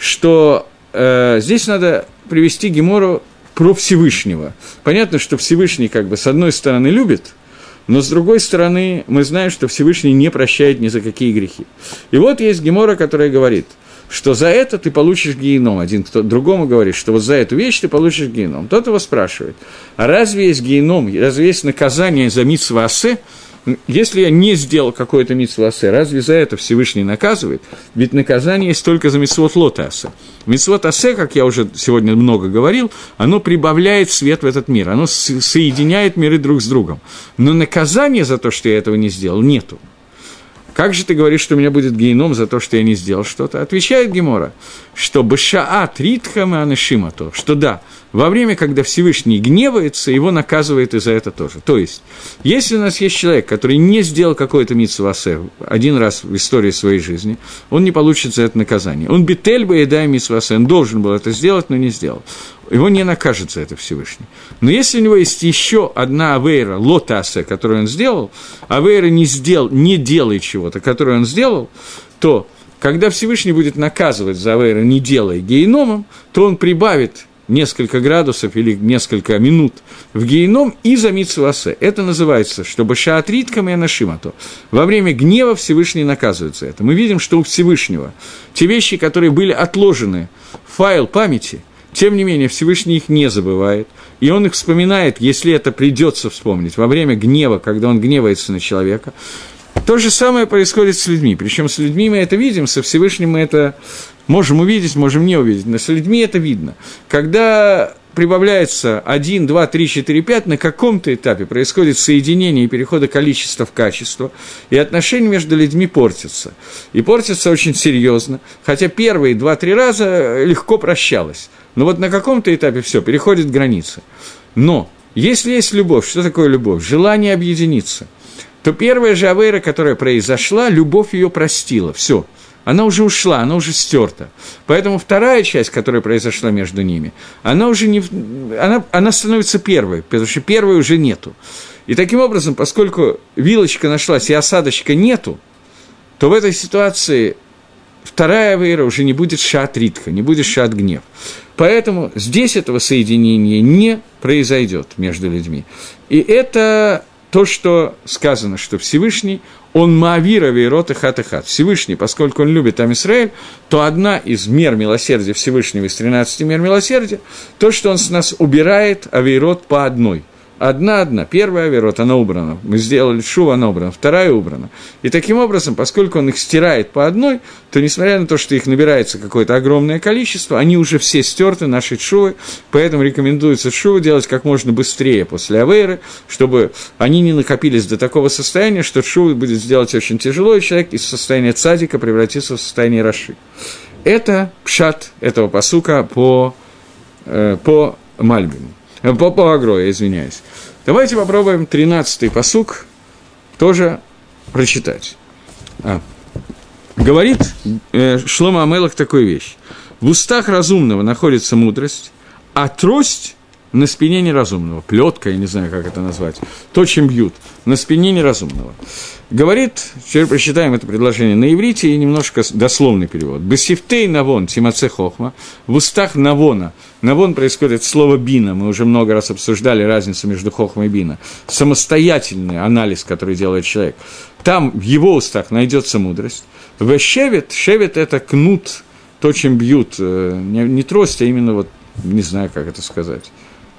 Speaker 1: что здесь надо привести гемору про Всевышнего. Понятно, что Всевышний как бы с одной стороны любит, но с другой стороны мы знаем, что Всевышний не прощает ни за какие грехи. И вот есть гемора, которая говорит, что за это ты получишь геном. Один кто другому говорит, что вот за эту вещь ты получишь геном. Тот его спрашивает, а разве есть геном, разве есть наказание за мицва асе? Если я не сделал какое-то мицва асе, разве за это Всевышний наказывает? Ведь наказание есть только за мицвот лота асе. Мицвот асе, как я уже сегодня много говорил, оно прибавляет свет в этот мир, оно соединяет миры друг с другом. Но наказания за то, что я этого не сделал, нету. Как же ты говоришь, что у меня будет геном за то, что я не сделал что-то? Отвечает Гемора, что бешаат ритхам и анешимато, что да, во время, когда Всевышний гневается, его наказывает и за это тоже. То есть, если у нас есть человек, который не сделал какое-то мицва асе один раз в истории своей жизни, он не получит за это наказание. Он битель бы едай мицва асе, он должен был это сделать, но не сделал. Его не накажет за это Всевышний. Но если у него есть еще одна авейра, лота асе, которую он сделал, авейра не делай чего-то, которую он сделал, то, когда Всевышний будет наказывать за авейра не делай гееномом, то он прибавит несколько градусов или несколько минут в гееном и за мицву асе. Это называется, чтобы шаатриткам и анашимато. Во время гнева Всевышний наказывает за это. Мы видим, что у Всевышнего те вещи, которые были отложены в файл памяти, тем не менее Всевышний их не забывает, и он их вспоминает, если это придется вспомнить, во время гнева, когда он гневается на человека. То же самое происходит с людьми, причем с людьми мы это видим, со Всевышним мы это можем увидеть, можем не увидеть, но с людьми это видно. Когда прибавляется 1, 2, 3, 4, 5, на каком-то этапе происходит соединение и перехода количества в качество, и отношения между людьми портятся. И портятся очень серьезно, хотя первые 2-3 раза легко прощалось. Но вот на каком-то этапе все, переходит границы. Но если есть любовь, что такое любовь? Желание объединиться. То первая же авейра, которая произошла, любовь ее простила, все. Она уже ушла, она уже стерта. Поэтому вторая часть, которая произошла между ними, она уже не... Она становится первой, потому что первой уже нету. И таким образом, поскольку вилочка нашлась и осадочка нету, то в этой ситуации вторая авейра уже не будет шаат-ритха, не будет шаат-гнев. Поэтому здесь этого соединения не произойдет между людьми. И это то, что сказано, что Всевышний, он маавир авейрот и хат. Всевышний, поскольку он любит Ам-Исраэль, то одна из мер милосердия Всевышнего из 13 мер милосердия, то, что он с нас убирает авейрот по одной. одна. Первая аверот, она убрана. Мы сделали шува, она убрана. Вторая убрана. И таким образом, поскольку он их стирает по одной, то, несмотря на то, что их набирается какое-то огромное количество, они уже все стерты, наши шувы, поэтому рекомендуется шуву делать как можно быстрее после авейры, чтобы они не накопились до такого состояния, что шуву будет сделать очень тяжело, и человек из состояния цадика превратится в состояние раши. Это пшат этого пасука по Мальбиму. По Агро, я извиняюсь. Давайте попробуем 13-й пасук тоже прочитать. Говорит Шломо Амелах такую вещь. В устах разумного находится мудрость, а трость на спине неразумного. Плетка, я не знаю, как это назвать. То, чем бьют. На спине неразумного. Говорит, теперь прочитаем это предложение на иврите и немножко дословный перевод. «Бесифтей навон тимаце хохма». В устах навона. Навон происходит от слова бина. Мы уже много раз обсуждали разницу между хохмой и бина. Самостоятельный анализ, который делает человек. Там в его устах найдется мудрость. В шевет, шевет – это кнут, то, чем бьют. Не трость, а именно, вот, не знаю, как это сказать.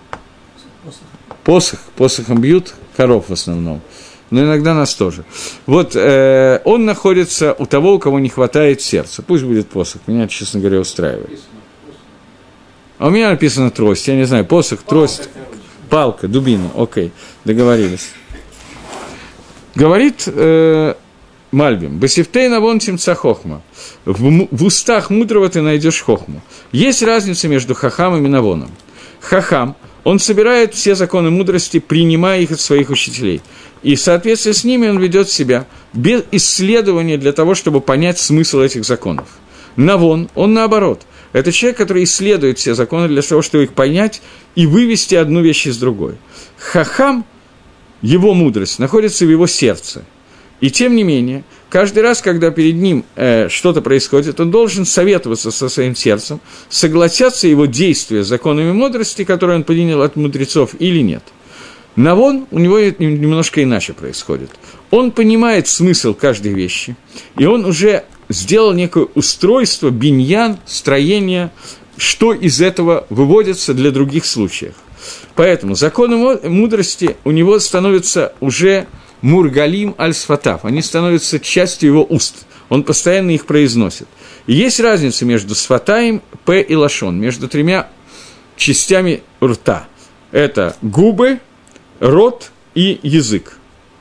Speaker 1: Посохом бьют коров в основном, но иногда нас тоже. Вот он находится у того, у кого не хватает сердца. Пусть будет посох, меня, честно говоря, устраивает. А у меня написано трость, я не знаю, посох, трость, палка, дубина, окей, договорились. Говорит Мальбим, «Басифтей навон тимца хохма». В устах мудрого ты найдешь хохму. Есть разница между хахамом и навоном. Хахам – он собирает все законы мудрости, принимая их от своих учителей. И в соответствии с ними он ведет себя без исследования для того, чтобы понять смысл этих законов. Навон, он наоборот. Это человек, который исследует все законы для того, чтобы их понять и вывести одну вещь из другой. Хахам, его мудрость, находится в его сердце. И тем не менее, каждый раз, когда перед ним что-то происходит, он должен советоваться со своим сердцем, согласятся его действия с законами мудрости, которые он принял от мудрецов, или нет. Навон у него немножко иначе происходит. Он понимает смысл каждой вещи, и он уже сделал некое устройство, биньян, строение, что из этого выводится для других случаев. Поэтому законы мудрости у него становятся уже мургалим аль-сфатав, они становятся частью его уст, он постоянно их произносит. И есть разница между сфатаем, п и лашон, между тремя частями рта. Это губы, рот и язык.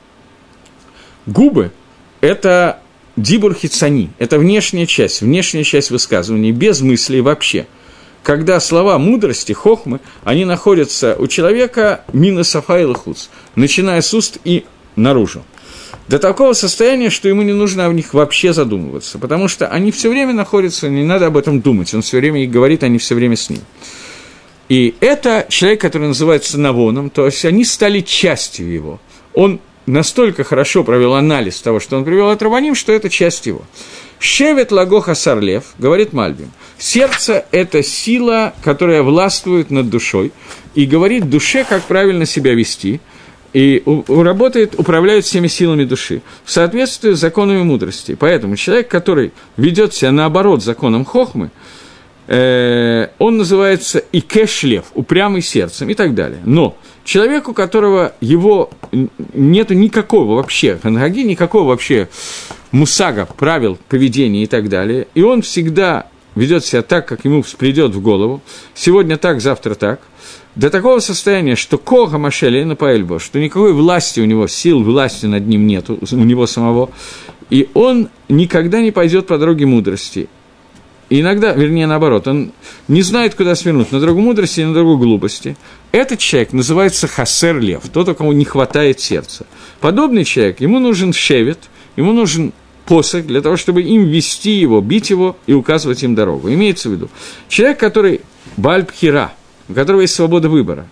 Speaker 1: Губы – это дибур хицани, это внешняя часть высказывания, без мыслей вообще. Когда слова мудрости, хохмы, они находятся у человека мина сафа и лахуц, начиная с уст и наружу. До такого состояния, что ему не нужно о них вообще задумываться, потому что они все время находятся, не надо об этом думать, он все время их говорит, они все время с ним. И это человек, который называется навоном, то есть они стали частью его. Он настолько хорошо провел анализ того, что он привел от Рабаним, что это часть его. Шевет лагоха сарлев, говорит Мальбим, сердце – это сила, которая властвует над душой и говорит душе, как правильно себя вести, и управляет всеми силами души в соответствии с законами мудрости. Поэтому человек, который ведет себя наоборот законом хохмы, он называется икешлев, упрямый сердцем и так далее. Но человек, у которого нету никакого вообще хангаги, никакого вообще мусага, правил поведения и так далее, и он всегда ведет себя так, как ему придет в голову, сегодня так, завтра так, до такого состояния, что кога машели на паэльбо, что никакой власти у него, сил власти над ним нет, у него самого, и он никогда не пойдет по дороге мудрости. И иногда, вернее, наоборот, он не знает, куда свернуть, на дорогу мудрости и на дорогу глупости. Этот человек называется хасер лев, тот, у кого не хватает сердца. Подобный человек, ему нужен шевет, ему нужен посох для того, чтобы им вести его, бить его и указывать им дорогу. Имеется в виду, человек, который бааль-пхира, у которого есть свобода выбора,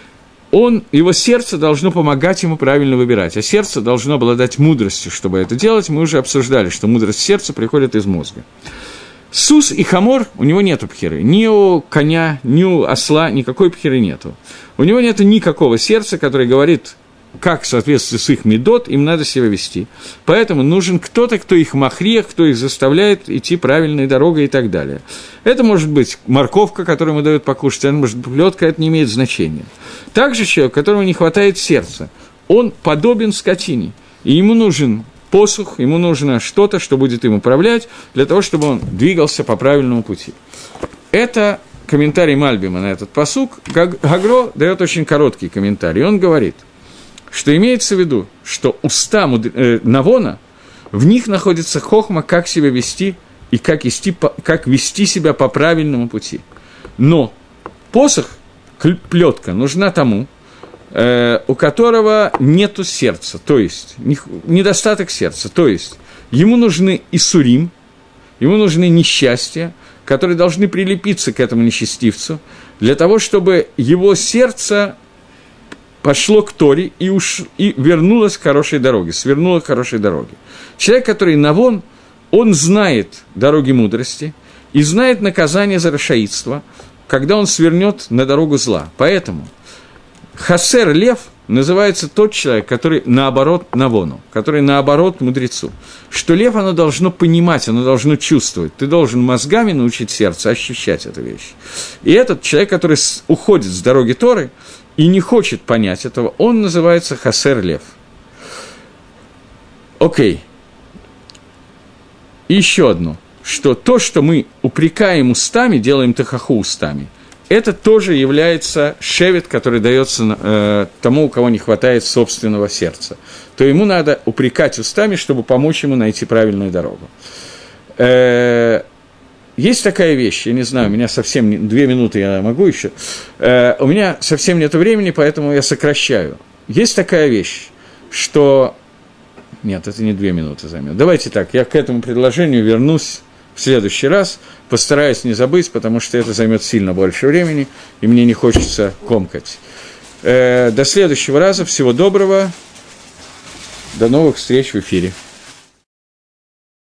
Speaker 1: его сердце должно помогать ему правильно выбирать, а сердце должно обладать мудростью, чтобы это делать. Мы уже обсуждали, что мудрость сердца приходит из мозга. Сус и хамор, у него нету пхиры, ни у коня, ни у осла никакой пхиры нету. У него нету никакого сердца, которое говорит, как в соответствии с их медот им надо себя вести. Поэтому нужен кто-то, кто их махриях, кто их заставляет идти правильной дорогой и так далее. Это может быть морковка, которую ему дают покушать, это может быть плетка, это не имеет значения. Также человек, которому не хватает сердца, он подобен скотине, и ему нужен посох, ему нужно что-то, что будет им управлять, для того, чтобы он двигался по правильному пути. Это комментарий Мальбима на этот пасук. Гагро дает очень короткий комментарий. Он говорит, что имеется в виду, что уста Навона, в них находится хохма, как себя вести и как вести себя по правильному пути. Но посох, плетка, нужна тому, у которого нету сердца, то есть недостаток сердца, то есть ему нужны иссурим, ему нужны несчастья, которые должны прилепиться к этому нечестивцу, для того, чтобы его сердце пошло к Торе и вернулось к хорошей дороге, свернуло к хорошей дороге. Человек, который навон, он знает дороги мудрости и знает наказание за рашаидство, когда он свернет на дорогу зла. Поэтому хасер лев называется тот человек, который наоборот навону, который наоборот мудрецу. Что лев, оно должно понимать, оно должно чувствовать. Ты должен мозгами научить сердце ощущать эту вещь. И этот человек, который уходит с дороги Торы и не хочет понять этого, он называется хасер лев. Окей. И еще одно, что то, что мы упрекаем устами, делаем тахаху устами, это тоже является шевет, который дается тому, у кого не хватает собственного сердца. То ему надо упрекать устами, чтобы помочь ему найти правильную дорогу. Есть такая вещь, я не знаю, у меня совсем 2 минуты я могу еще. У меня совсем нет времени, поэтому я сокращаю. Есть такая вещь, что... Нет, это не 2 минуты займет. Давайте так, я к этому предложению вернусь в следующий раз, постараюсь не забыть, потому что это займет сильно больше времени, и мне не хочется комкать. До следующего раза, всего доброго, до новых встреч в эфире.